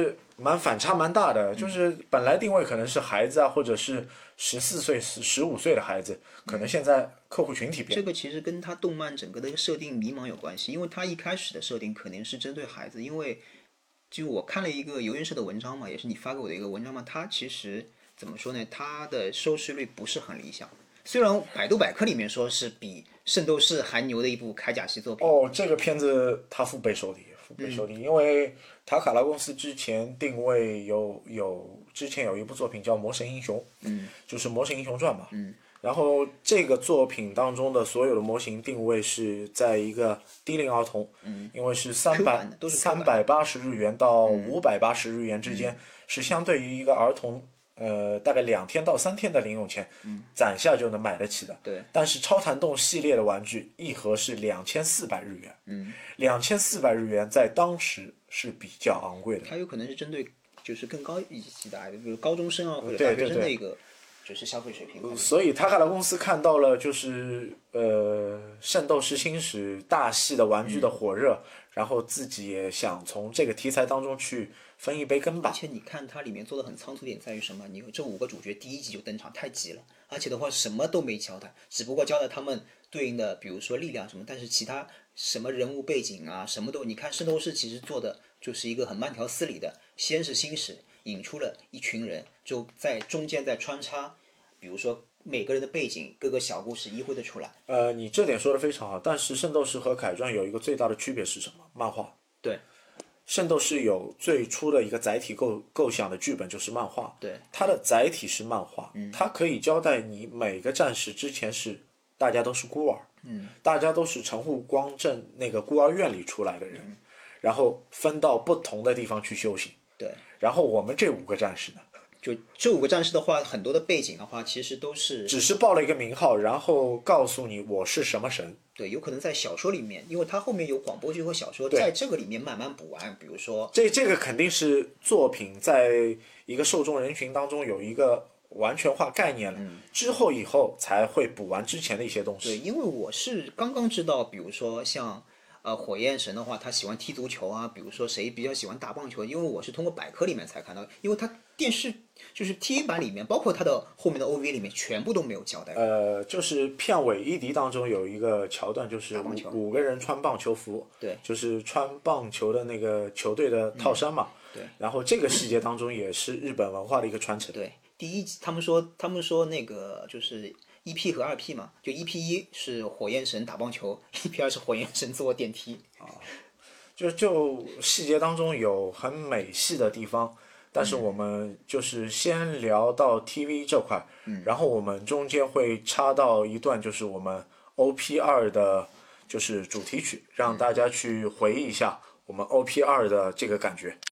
蛮反差蛮大的，就是本来定位可能是孩子啊，或者是十四岁、十五岁的孩子，可能现在客户群体变。 这个其实跟他动漫整个的一个设定迷茫有关系，因为他一开始的设定肯定是针对孩子，因为就我看了一个游园社的文章嘛，也是你发给我的一个文章嘛，它其实怎么说呢？它的收视率不是很理想。虽然百度百科里面说是比《圣斗士》还牛的一部铠甲系作品。 哦，这个片子它腹背受敌，腹背受敌，嗯、因为塔卡拉公司之前定位有有之前有一部作品叫《魔神英雄》， 嗯， 就是《魔神英雄传》嘛， 嗯。 然后这个作品当中的所有的模型定位是在一个低龄儿童， 嗯， 因为是三百三百八十日元到五百八十日元之间， 嗯、 是相对于一个儿童，呃，大概两天到三天的零用钱， 嗯， 攒下就能买得起的。 对。 但是超弹动系列的玩具一盒是两千四百日元， 嗯， 两千四百日元在当时是比较昂贵的。 它有可能是针对就是更高一级的，比如高中生啊或者大学生的一个。 对对对， 就是消费水平， 所以塔卡拉公司看到了就是呃《圣斗士星矢》大系的玩具的火热，嗯、然后自己也想从这个题材当中去分一杯羹吧。 而且你看它里面做的很仓促点在于什么？你这五个主角第一集就登场，太急了，而且的话什么都没交代，只不过交代他们对应的，比如说力量什么，但是其他什么人物背景啊，什么都你看《圣斗士》其实做的就是一个很慢条斯理的，先是星矢引出了一群人，就在中间再穿插，比如说每个人的背景，各个小故事一会的出来。 呃，你这点说的非常好，但是《圣斗士》和凯传有一个最大的区别是什么？漫画。 对。 圣斗士有最初的一个载体构构想的剧本就是漫画， 对， 它的载体是漫画， 嗯、 它可以交代你每个战士之前是大家都是孤儿， 嗯， 大家都是城户光镇那个孤儿院里出来的人， 嗯、 然后分到不同的地方去修行， 对， 然后我们这五个战士呢？ 就这五个战士的话，很多的背景的话，其实都是只是报了一个名号，然后告诉你我是什么神。 对，有可能在小说里面，因为它后面有广播剧和小说，在这个里面慢慢补完。比如说， 这这个肯定是作品在一个受众人群当中有一个完全化概念了， 嗯、 之后以后才会补完之前的一些东西。 对，因为我是刚刚知道，比如说像。呃，火焰神的话，他喜欢踢足球啊，比如说谁比较喜欢打棒球，因为我是通过百科里面才看到，因为他电视就是 T V 版里面，包括他的后面的 O V 里面，全部都没有交代。 呃，就是片尾一敌当中有一个桥段，就是五五个人穿棒球服， 对， 就是穿棒球的那个球队的套衫嘛， 嗯、对。 然后这个细节当中也是日本文化的一个传承。 对，第一集他们说，他们说那个就是。一 P 和二 P 嘛，就一 P 一是火焰神打棒球，一 P 二是火焰神坐电梯啊，就就细节当中有很美系的地方，但是我们就是先聊到 T V 这块， 嗯、 然后我们中间会插到一段就是我们 O P 二的，就是主题曲，让大家去回忆一下我们 O P 二的这个感觉。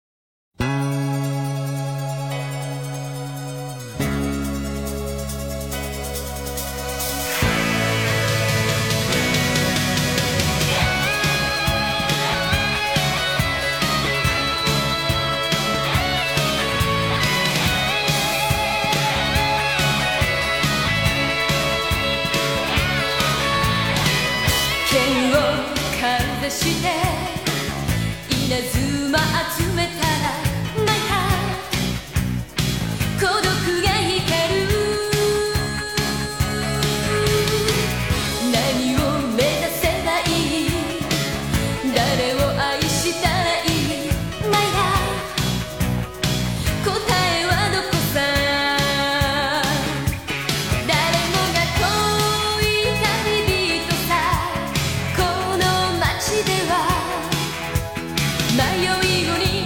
して稲妻集めたら泣いた孤独が光る何を目指せばいい誰を愛したらいいないら答えはどこさ誰もが遠い旅人さこの街では迷い子に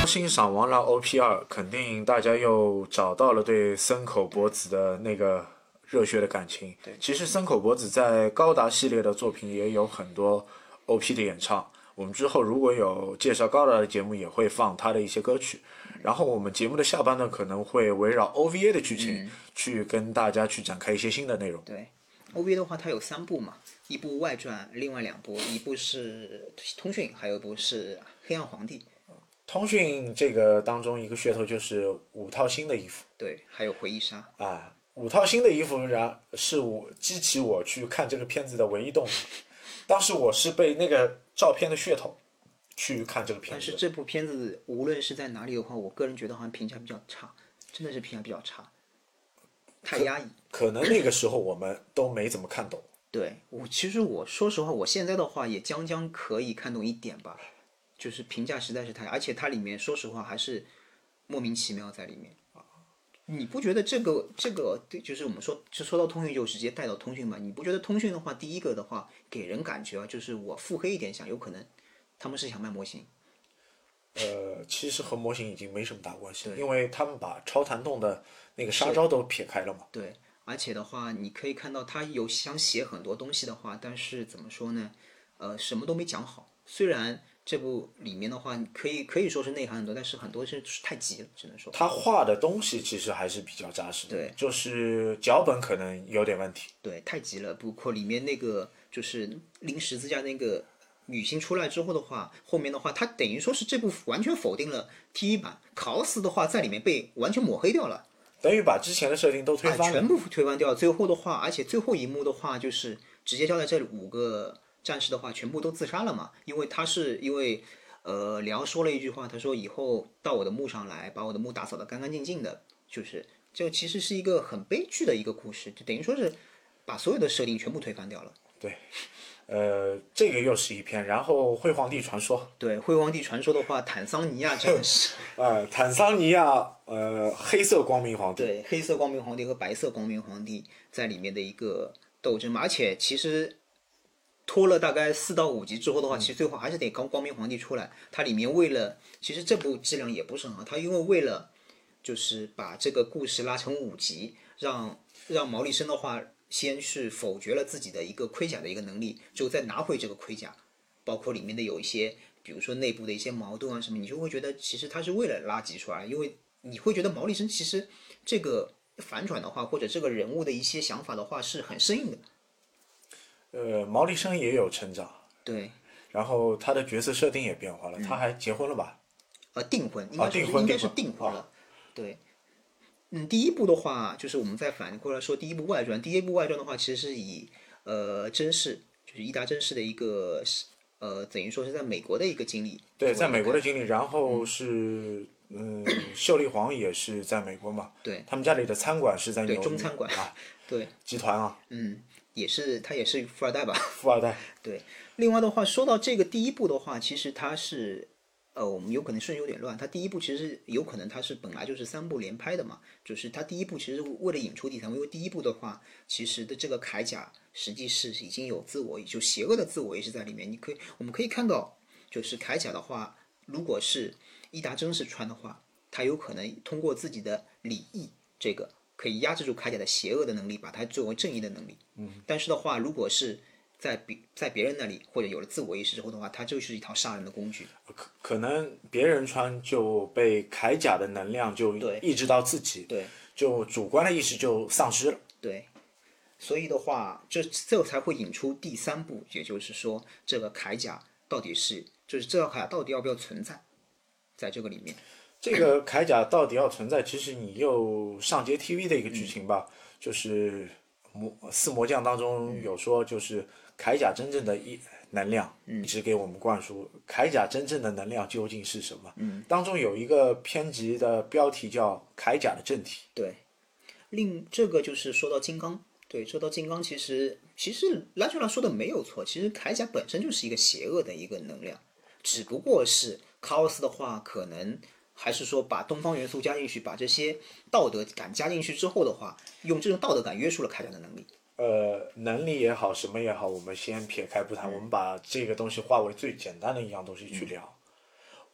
欣赏完了 O P 二，肯定大家又找到了对森口博子的那个热血的感情。 对， 其实森口博子在高达系列的作品也有很多 O P 的演唱。我们之后如果有介绍高达的节目，也会放他的一些歌曲。然后我们节目的下半段可能会围绕 O V A 的剧情、嗯、去跟大家去展开一些新的内容。 对 ，O V A 的话它有三部嘛，一部外传，另外两部，一部是通讯，还有一部是黑暗皇帝。 通讯这个当中一个噱头就是五套新的衣服。 对，还有回忆杀。 啊，五套新的衣服，然是我激起我去看这个片子的唯一动力。当时我是被那个照片的噱头去看这个片子。 但是这部片子无论是在哪里的话，我个人觉得好像评价比较差，真的是评价比较差，太压抑。 可, 可能那个时候我们都没怎么看懂。 对，我其实我说实话，我现在的话也将将可以看懂一点吧，就是评价实在是太，而且它里面说实话还是莫名其妙在里面。你不觉得这个这个就是我们说就说到通讯就直接带到通讯嘛？你不觉得通讯的话，第一个的话给人感觉啊，就是我腹黑一点想，有可能他们是想卖模型。 呃，其实和模型已经没什么大关系，因为他们把超弹动的那个杀招都撇开了嘛。 对，而且的话，你可以看到他有想写很多东西的话，但是怎么说呢？呃，什么都没讲好。虽然这部里面的话，可以可以说是内涵很多，但是很多是太急了，只能说。 他画的东西其实还是比较扎实的， 对， 就是脚本可能有点问题。 对，太急了，包括里面那个就是拎十字架那个女性出来之后的话，后面的话，他等于说是这部完全否定了 T 一版，卡奥斯的话在里面被完全抹黑掉了。 等于把之前的设定都推翻了、 啊，全部推翻掉。最后的话，而且最后一幕的话，就是直接交代这五个战士的话，全部都自杀了嘛。因为他是因为呃，里奥说了一句话，他说以后到我的墓上来，把我的墓打扫得干干净净的，就是这其实是一个很悲剧的一个故事，就等于说是把所有的设定全部推翻掉了。 对。呃，这个又是一篇，然后辉煌帝传说。 对，辉煌帝传说的话，坦桑尼亚战士。 呃，坦桑尼亚呃黑色光明皇帝。 对，黑色光明皇帝和白色光明皇帝在里面的一个斗争嘛，而且其实拖了大概四到五集之后的话，嗯、其实最后还是得光光明皇帝出来。它里面为了，其实这部质量也不是很好，它因为为了就是把这个故事拉成五集，让让毛利生的话。先是否决了自己的一个盔甲的一个能力，之后再拿回这个盔甲，包括里面的有一些，比如说内部的一些矛盾啊什么，你就会觉得其实他是为了拉集出来，因为你会觉得毛利生其实这个反转的话，或者这个人物的一些想法的话是很生硬的。 呃，毛利生也有成长， 对， 然后他的角色设定也变化了，嗯、他还结婚了吧？ 呃，订婚，应该是、 啊、订婚应该是订婚了，啊、对。嗯，第一部的话，就是我们再反过来说，第一部外传，第一部外传的话，其实是以呃真氏，就是伊达真氏的一个呃，等于说是在美国的一个经历。 对，在美国的经历，然后是嗯，秀丽皇也是在美国嘛。 对。 他们家里的餐馆是在纽约。 对，中餐馆啊。 对。 集团啊。 嗯，也是他也是富二代吧。 富二代。 对，另外的话，说到这个第一部的话，其实它是。呃，我们有可能顺序有点乱。它第一部其实有可能它是本来就是三部连拍的嘛，就是它第一部其实为了引出第三部，因为第一部的话，其实的这个铠甲实际是已经有自我，就邪恶的自我意识在里面。你可以，我们可以看到，就是铠甲的话，如果是伊达真氏穿的话，他有可能通过自己的礼义，这个可以压制住铠甲的邪恶的能力，把它作为正义的能力。 嗯。 但是的话，如果是在别在别人那里或者有了自我意识之后的话，它就是一套杀人的工具。 可可能别人穿就被铠甲的能量就抑制到自己， 对， 就主观的意识就丧失了。 对，所以的话，这这才会引出第三步，也就是说，这个铠甲到底是，就是这套铠甲到底要不要存在，在这个里面。 这个铠甲到底要存在，其实你又上街 T V 的一个剧情吧，嗯、就是魔四魔将当中有说就是。铠甲真正的一能量一直给我们灌输，嗯、铠甲真正的能量究竟是什么？ 嗯、 当中有一个篇集的标题叫“铠甲的正体”。 对，另这个就是说到金刚，对，说到金刚，其实其实拉朱拉说的没有错，其实铠甲本身就是一个邪恶的一个能量，只不过是卡奥斯的话，可能还是说把东方元素加进去，把这些道德感加进去之后的话，用这种道德感约束了铠甲的能力。 呃，能力也好，什么也好，我们先撇开不谈，嗯、我们把这个东西化为最简单的一样东西去聊。嗯、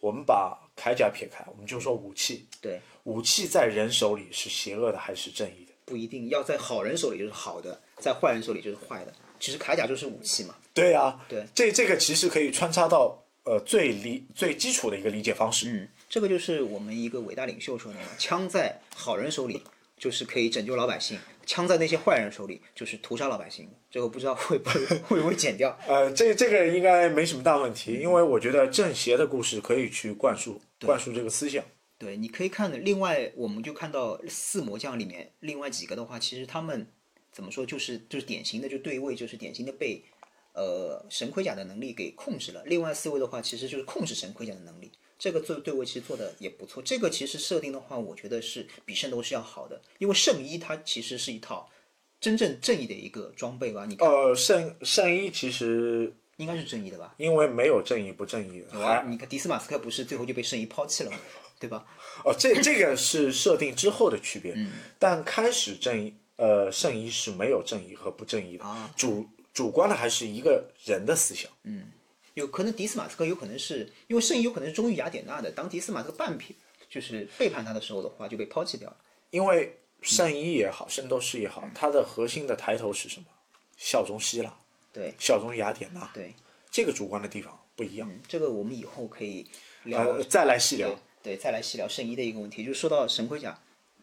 我们把铠甲撇开，我们就说武器。 对， 武器在人手里是邪恶的还是正义的？ 不一定要在好人手里就是好的，在坏人手里就是坏的。其实铠甲就是武器嘛。 对啊， 对， 这这个其实可以穿插到呃最理最基础的一个理解方式。 嗯，这个就是我们一个伟大领袖说的嘛，枪在好人手里就是可以拯救老百姓，枪在那些坏人手里就是屠杀老百姓。这个不知道会不会会不会剪掉？ 呃，这这个应该没什么大问题，因为我觉得正邪的故事可以去灌输灌输这个思想。 对，你可以看的。另外，我们就看到四魔将里面另外几个的话，其实他们怎么说，就是就是典型的就对位，就是典型的被呃神盔甲的能力给控制了。另外四位的话，其实就是控制神盔甲的能力。这个做对位其实做的也不错。这个其实设定的话，我觉得是比圣斗士要好的，因为圣衣它其实是一套真正正义的一个装备吧？你看， 呃，圣圣衣其实应该是正义的吧？ 因为没有正义不正义的，还你看迪斯马斯克不是最后就被圣衣抛弃了吗？对吧？ 哦，这这个是设定之后的区别，嗯、但开始正义呃圣衣是没有正义和不正义的， 啊、 主主观的还是一个人的思想。 嗯，有可能迪斯马斯克有可能是因为圣衣有可能是忠于雅典娜的，当迪斯马斯克半撇就是背叛他的时候的话，就被抛弃掉了。 因为圣衣也好，圣斗士也好，它的核心的抬头是什么？效忠希腊， 对， 效忠雅典娜， 对， 这个主观的地方不一样。 嗯，这个我们以后可以聊， 呃，再来细聊。 对，对，再来细聊圣衣的一个问题，就是说到神盔甲。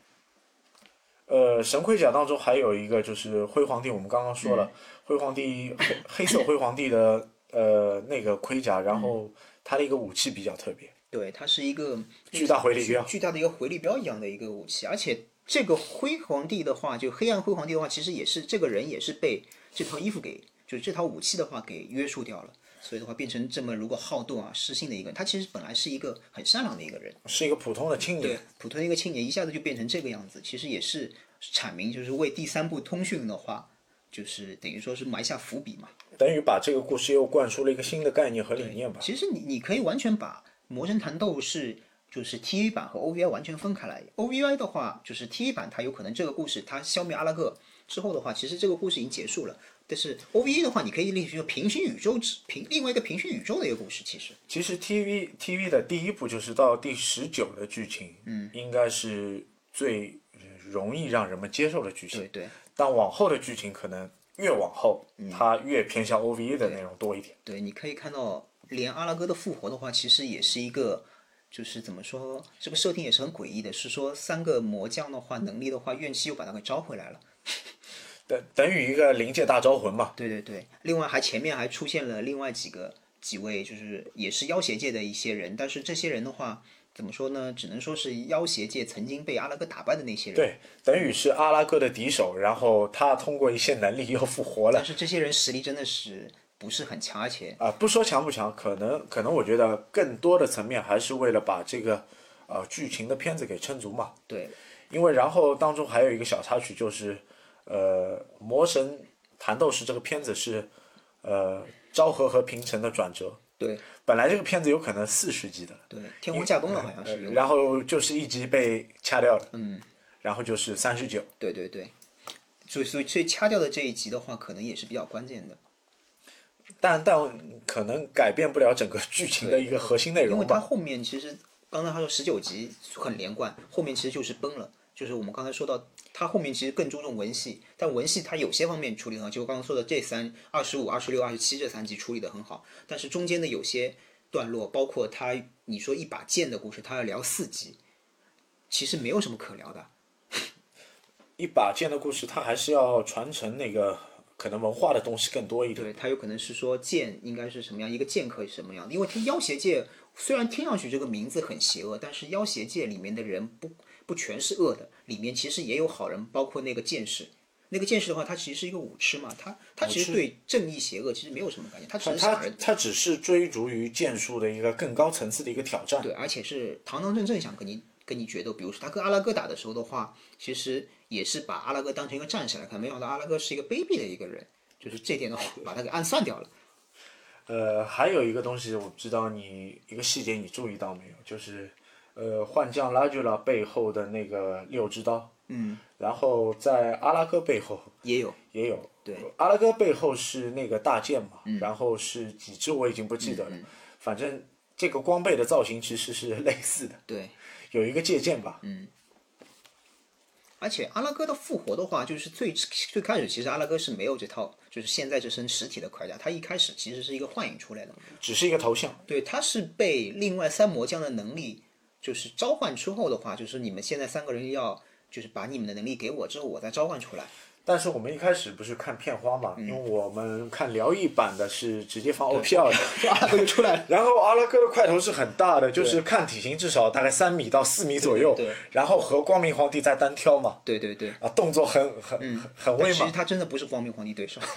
呃，神盔甲当中还有一个就是灰皇帝，我们刚刚说了，嗯、灰皇帝黑黑色灰皇帝的呃那个盔甲，然后它的一个武器比较特别， 对，它是一个巨大回力镖， 巨大的一个回力镖一样的一个武器，而且这个灰皇帝的话，就黑暗灰皇帝的话，其实也是这个人也是被这套衣服给，就是这套武器的话给约束掉了。所以的话，变成这么如果好斗啊、失信的一个人，他其实本来是一个很善良的一个人， 是一个普通的青年， 对，普通的一个青年，一下子就变成这个样子，其实也是阐明，就是为第三部通讯的话，就是等于说是埋下伏笔嘛， 等于把这个故事又灌输了一个新的概念和理念吧。 其实你你可以完全把《魔神坛斗士》就是 T V 版和 O V I 完全分开来。O V I 的话，就是 T V 版它有可能这个故事它消灭阿拉戈之后的话，其实这个故事已经结束了。但是 O V A 的话，你可以理解成平行宇宙之平另外一个平行宇宙的一个故事。其实， 其实 T V T V 的第一部就是到第十九的剧情，嗯，应该是最容易让人们接受的剧情。 对对。 但往后的剧情可能越往后，嗯、它越偏向 O V A 的内容多一点。 对，对你可以看到，连阿拉戈的复活的话，其实也是一个，就是怎么说，这个设定也是很诡异的。是说三个魔将的话，能力的话，怨气又把他给招回来了。 等等于一个灵界大招魂嘛。 对对对，另外还前面还出现了另外几个几位，就是也是妖邪界的一些人，但是这些人的话，怎么说呢？只能说是妖邪界曾经被阿拉戈打败的那些人。 对，等于是阿拉戈的敌手，然后他通过一些能力又复活了。 但是这些人实力真的是不是很强，而且啊、呃，不说强不强，可能可能我觉得更多的层面还是为了把这个呃剧情的片子给撑足嘛。 对， 因为然后当中还有一个小插曲就是。呃，《魔神坛斗士》这个片子是，呃，昭和和平成的转折。 对， 本来这个片子有可能四十集的。 对，天皇驾崩了好像是、呃。 然后就是一集被掐掉了。 嗯。 然后就是三十九。 对对对，所以所以所以掐掉的这一集的话，可能也是比较关键的。 但但可能改变不了整个剧情的一个核心内容吧。 因为它后面其实刚才他说十九集很连贯，后面其实就是崩了。就是我们刚才说到，它后面其实更注重文戏，但文戏它有些方面处理很好，就刚刚说的这三二十五、二十六、二十七这三集处理的很好，但是中间的有些段落，包括他你说一把剑的故事，他要聊四集，其实没有什么可聊的。 一把剑的故事，它还是要传承那个可能文化的东西更多一点。 对，它有可能是说剑应该是什么样，一个剑客是什么样的，因为它妖邪界虽然听上去这个名字很邪恶，但是妖邪界里面的人不。不全是恶的，里面其实也有好人，包括那个剑士。那个剑士的话，他其实是一个武痴嘛，他他其实对正义邪恶其实没有什么概念，他只是他他只是追逐于剑术的一个更高层次的一个挑战。 对，而且是堂堂正正想跟你跟你决斗。比如说他跟阿拉戈打的时候的话，其实也是把阿拉戈当成一个战士来看，没想到阿拉戈是一个卑鄙的一个人，就是这点的话把他给暗算掉了。 呃，还有一个东西，我不知道你一个细节你注意到没有，就是。呃，幻将拉居拉背后的那个六支刀， 嗯， 然后在阿拉戈背后也有， 也有， 对， 阿拉戈背后是那个大剑嘛， 嗯、 然后是几支我已经不记得了， 嗯嗯、 反正这个光背的造型其实是类似的， 对， 有一个借鉴吧。 嗯。而且阿拉哥的复活的话，就是最最开始其实阿拉哥是没有这套，就是现在这身实体的铠甲，他一开始其实是一个幻影出来的， 只是一个头像。 对，他是被另外三魔将的能力就是召唤之后的话，就是你们现在三个人要就是把你们的能力给我之后，我再召唤出来。 但是我们一开始不是看片花嘛， 嗯因为我们看辽艺版的是直接放 O P 二的， 阿拉哥就出来了。 然后阿拉哥的块头是很大的，就是看体型至少大概三米到四米左右， 对对对然后和光明皇帝在单挑嘛， 对对对， 啊，动作很很、 嗯， 很威猛， 但其实他真的不是光明皇帝对手。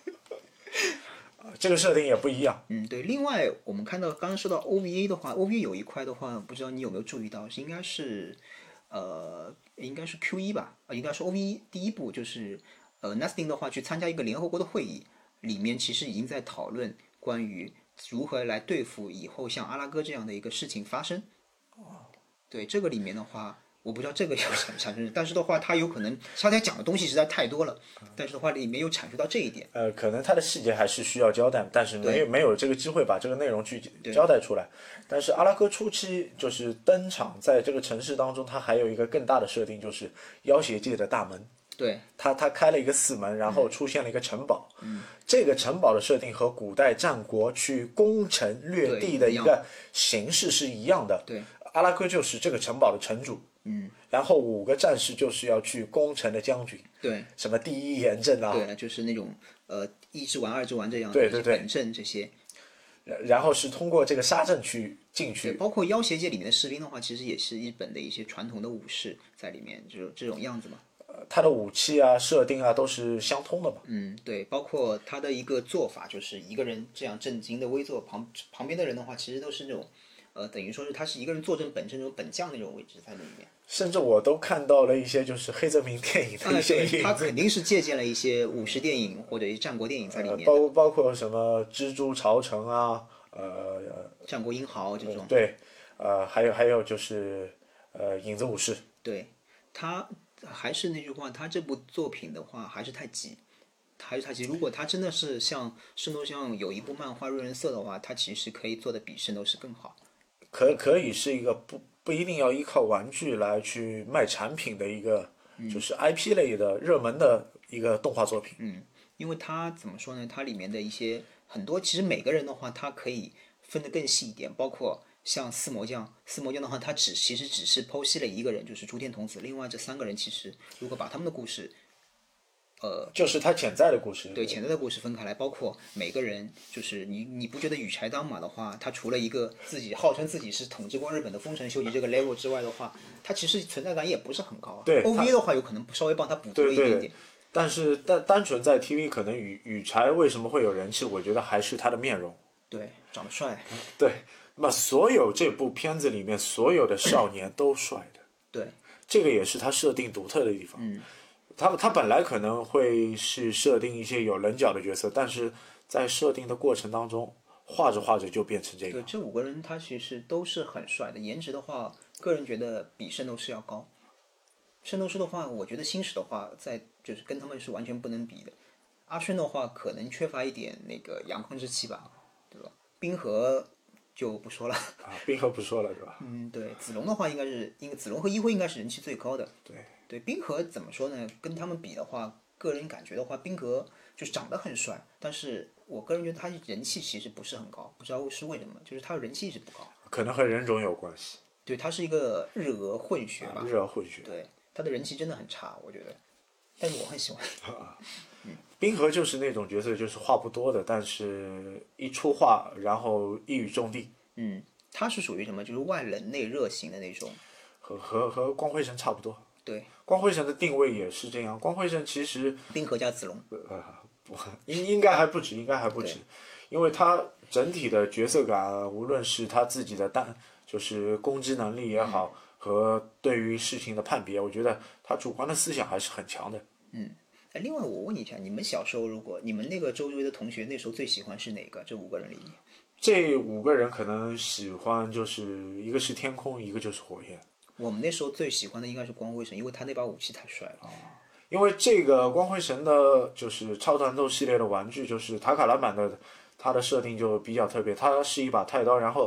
这个设定也不一样。 嗯，对。另外，我们看到刚刚说到 O V A 的话，O V A 有一块的话，不知道你有没有注意到，应该是呃，应该是 Q 一吧，呃，应该是 O V A 第一部，就是呃 Nesting 的话去参加一个联合国的会议，里面其实已经在讨论关于如何来对付以后像阿拉哥这样的一个事情发生。对，这个里面的话。我不知道这个有产产生，但是的话，他有可能他在讲的东西实在太多了，但是的话里面又阐述到这一点。 呃，可能它的细节还是需要交代，但是没有没有这个机会把这个内容去交代出来。但是阿拉哥初期就是登场在这个城市当中，它还有一个更大的设定，就是妖邪界的大门。 对， 他他开了一个四门，然后出现了一个城堡。嗯，这个城堡的设定和古代战国去攻城略地的一个形式是一样的。 对， 阿拉哥就是这个城堡的城主。 嗯， 然后五个战士就是要去攻城的将军。 对， 什么第一严阵啊？ 对，就是那种呃一之丸、二之丸这样的对对对本阵这些。 然后是通过这个沙阵去进去。 包括妖邪界里面的士兵的话，其实也是日本的一些传统的武士在里面，就是这种样子嘛。 他的武器啊、设定啊都是相通的嘛。 嗯，对，包括他的一个做法，就是一个人这样正襟的危坐，旁旁边的人的话，其实都是那种，呃，等于说是他是一个人坐镇本身那种本将那种位置在里面。 甚至我都看到了一些就是黑泽明电影的一些影子、 哎、他肯定是借鉴了一些武士电影或者是战国电影在里面、 呃、包包括什么蜘蛛朝城啊，呃， 战国英豪这种。 呃、对，呃，还有还有就是呃影子武士。 对，他还是那句话，他这部作品的话还是太急，还是太急。如果他真的是像《圣斗士》有一部漫画《瑞人色》的话，他其实可以做的比《圣斗士》更好。 可可以是一个不不一定要依靠玩具来去卖产品的一个，就是 I P 类的热门的一个动画作品。 嗯，因为它怎么说呢？它里面的一些很多，其实每个人的话，它可以分得更细一点，包括像四魔将，四魔将的话，他只其实只是剖析了一个人，就是朱天童子。另外这三个人其实如果把他们的故事，呃， 就是他潜在的故事。 对，潜在的故事分开来，包括每个人，就是你你不觉得羽柴当马的话，他除了一个自己号称自己是统治过日本的丰臣秀吉这个 level 之外的话，他其实存在感也不是很高、啊。 对 ，O V A 的话有可能稍微帮他补足一点点。 对对对，但是单单纯在 T V 可能羽羽柴为什么会有人气？我觉得还是他的面容。 对，长得帅。 对，那么所有这部片子里面所有的少年都帅的。 对， 这个也是他设定独特的地方。 嗯。 他他本来可能会是设定一些有棱角的角色，但是在设定的过程当中，画着画着就变成这个。 对，这五个人他其实都是很帅的，颜值的话，个人觉得比圣斗士要高。圣斗士的话，我觉得星矢的话，在就是跟他们是完全不能比的。阿轩的话，可能缺乏一点那个阳光之气吧，对吧？冰河就不说了。 啊，冰河不说了，对吧？ 嗯，对，子龙的话应该是，因为子龙和一辉应该是人气最高的。 对。 对，冰河怎么说呢？跟他们比的话，个人感觉的话，冰河就长得很帅，但是我个人觉得他人气其实不是很高，不知道是为什么，就是他人气一直不高。 可能和人种有关系。 对，他是一个日俄混血吧？ 啊、日俄混血。 对，他的人气真的很差，我觉得，但是我很喜欢。 嗯，冰河就是那种角色，就是话不多的，但是一出话，然后一语中的。 嗯，他是属于什么？就是外冷内热型的那种。 和和和光辉神差不多。 对， 光辉神的定位也是这样。光辉神其实冰河加子龙， 呃，不，应应该还不止，应该还不止，因为他整体的角色感，无论是他自己的单，就是攻击能力也好，嗯、和对于事情的判别，我觉得他主观的思想还是很强的。 嗯，哎，另外我问你一下，你们小时候如果你们那个周围的同学那时候最喜欢是哪个？这五个人里面？ 这五个人可能喜欢就是一个是天空，一个就是火焰。 我们那时候最喜欢的应该是光辉神，因为他那把武器太帅了。哦、 因为这个光辉神的，就是超团斗系列的玩具，就是塔卡兰版的，它的设定就比较特别。它是一把太刀，然后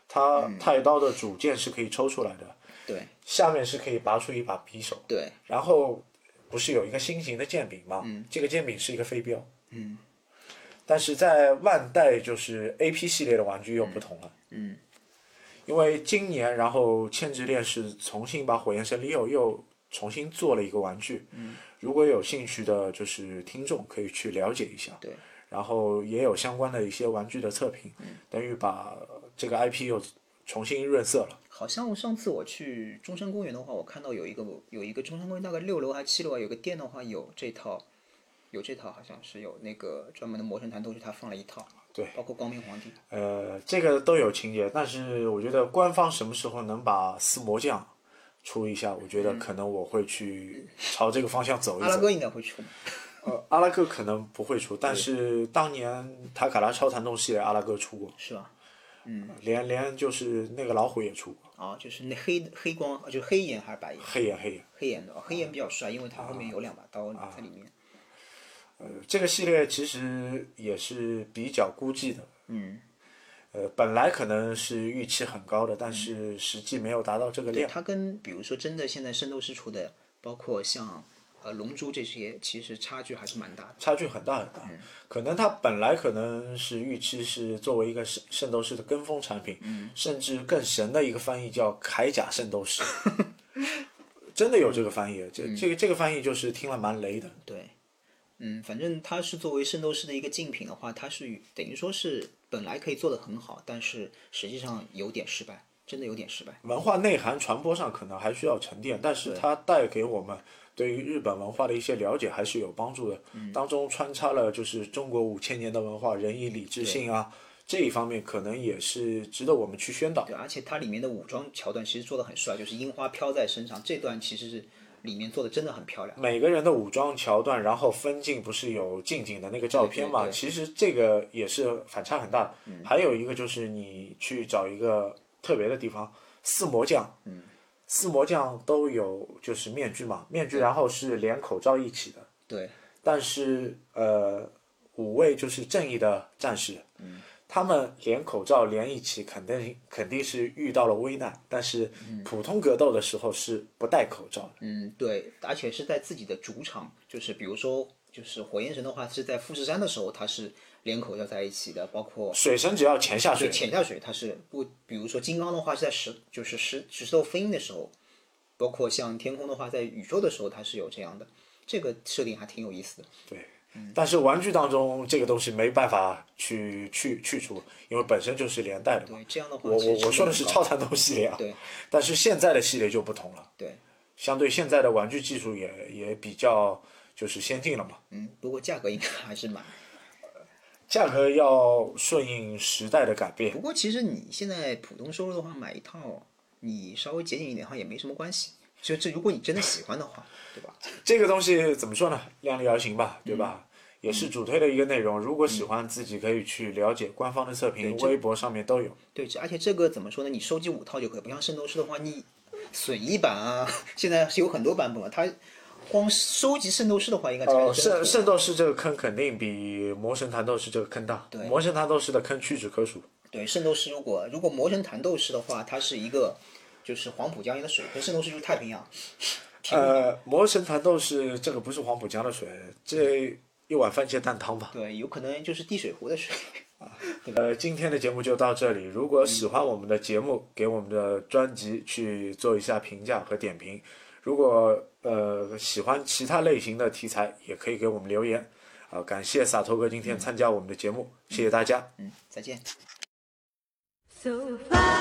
它太刀的主剑是可以抽出来的， 对下面是可以拔出一把匕首， 对， 然后不是有一个心形的剑柄吗？嗯，这个剑柄是一个飞镖。 嗯， 但是在万代就是 A P 系列的玩具又不同了。 嗯， 因为今年然后千之恋是重新把火焰神利友又重新做了一个玩具。嗯，如果有兴趣的就是听众可以去了解一下。 对。 然后也有相关的一些玩具的测评，嗯、等于把这个 I P 又重新润色了。 好像上次我去中山公园的话，我看到有一个有一个中山公园大概六楼还是七楼啊，有个店的话有这套，有这套好像是有那个专门的魔神坛斗士，他放了一套。 对， 包括光明皇帝。 呃，这个都有情节，但是我觉得官方什么时候能把四魔将出一下，我觉得可能我会去朝这个方向走一走。 阿拉哥应该会出。 呃，阿拉哥可能不会出，但是当年塔卡拉超弹动系列阿拉哥出过， 是吧？嗯， 连连就是那个老虎也出过。 啊，就是那黑黑光，就是黑眼还是白眼？ 黑眼黑眼。 黑眼的，黑眼比较帅，因为它后面有两把刀在里面。 啊、呃，这个系列其实也是比较估计的。 嗯。 呃，本来可能是预期很高的，但是实际没有达到这个量。 它跟比如说真的现在圣斗士出的，包括像。呃，龙珠这些其实差距还是蛮大的， 差距很大很大。嗯、可能它本来可能是预期是作为一个圣圣斗士的跟风产品， 嗯、 甚至更神的一个翻译叫铠甲圣斗士，真的有这个翻译。这、 嗯、 这个这个翻译就是听了蛮雷的。 对，嗯，反正它是作为圣斗士的一个竞品的话，它是等于说是本来可以做得很好，但是实际上有点失败，真的有点失败。 文化内涵传播上可能还需要沉淀，但是它带给我们。对于日本文化的一些了解还是有帮助的， 嗯、 当中穿插了就是中国五千年的文化、仁义礼智信啊，这一方面可能也是值得我们去宣导。 对，而且它里面的武装桥段其实做的很帅，就是樱花飘在身上这段其实是里面做的真的很漂亮。 每个人的武装桥段，然后分镜不是有近景的那个照片嘛？ 对对对其实这个也是反差很大的。 嗯、 还有一个就是你去找一个特别的地方，四魔将。 嗯四魔将都有就是面具嘛，面具然后是连口罩一起的。 对。 但是呃，五位就是正义的战士， 嗯， 他们连口罩连一起，肯定肯定是遇到了危难。但是普通格斗的时候是不戴口罩的。 嗯，对，而且是在自己的主场，就是比如说，就是火焰神的话是在富士山的时候，他是连口罩在一起的，包括水神只要潜下水， 潜下水它是不，比如说金刚的话是在石，就是石石头封印的时候，包括像天空的话在宇宙的时候它是有这样的，这个设定还挺有意思的。 对，嗯、但是玩具当中这个东西没办法去去去除，因为本身就是连带的嘛。 对，这样的话， 我我我说的是超弹斗系列啊。 对。 但是现在的系列就不同了。 对。 相对现在的玩具技术也也比较就是先进了嘛。 嗯，不过价格应该还是蛮。 价格要顺应时代的改变。 不过其实你现在普通收入的话，买一套你稍微节俭一点的话也没什么关系。就这，如果你真的喜欢的话，对吧？ 这个东西怎么说呢？量力而行吧，对吧？嗯、也是主推的一个内容。如果喜欢，自己可以去了解官方的测评，微博上面都有。 对，而且这个怎么说呢？你收集五套就可以，不像圣斗士的话，你损一版啊，现在是有很多版本了，它。光收集圣斗士的话，应该哦，圣圣斗士这个坑肯定比魔神坛斗士这个坑大。 对， 魔神坛斗士的坑屈指可数。 对，圣斗士如果如果魔神坛斗士的话，它是一个就是黄浦江一的水，可圣斗士就是太平洋。 呃，魔神坛斗士这个不是黄浦江的水，这一碗番茄蛋汤吧。 对，有可能就是地水湖的水。 啊，呃，今天的节目就到这里。如果喜欢我们的节目，给我们的专辑去做一下评价和点评。如果呃喜欢其他类型的题材，也可以给我们留言。啊、呃，感谢洒脱哥今天参加我们的节目，嗯、谢谢大家。 嗯，再见。 So far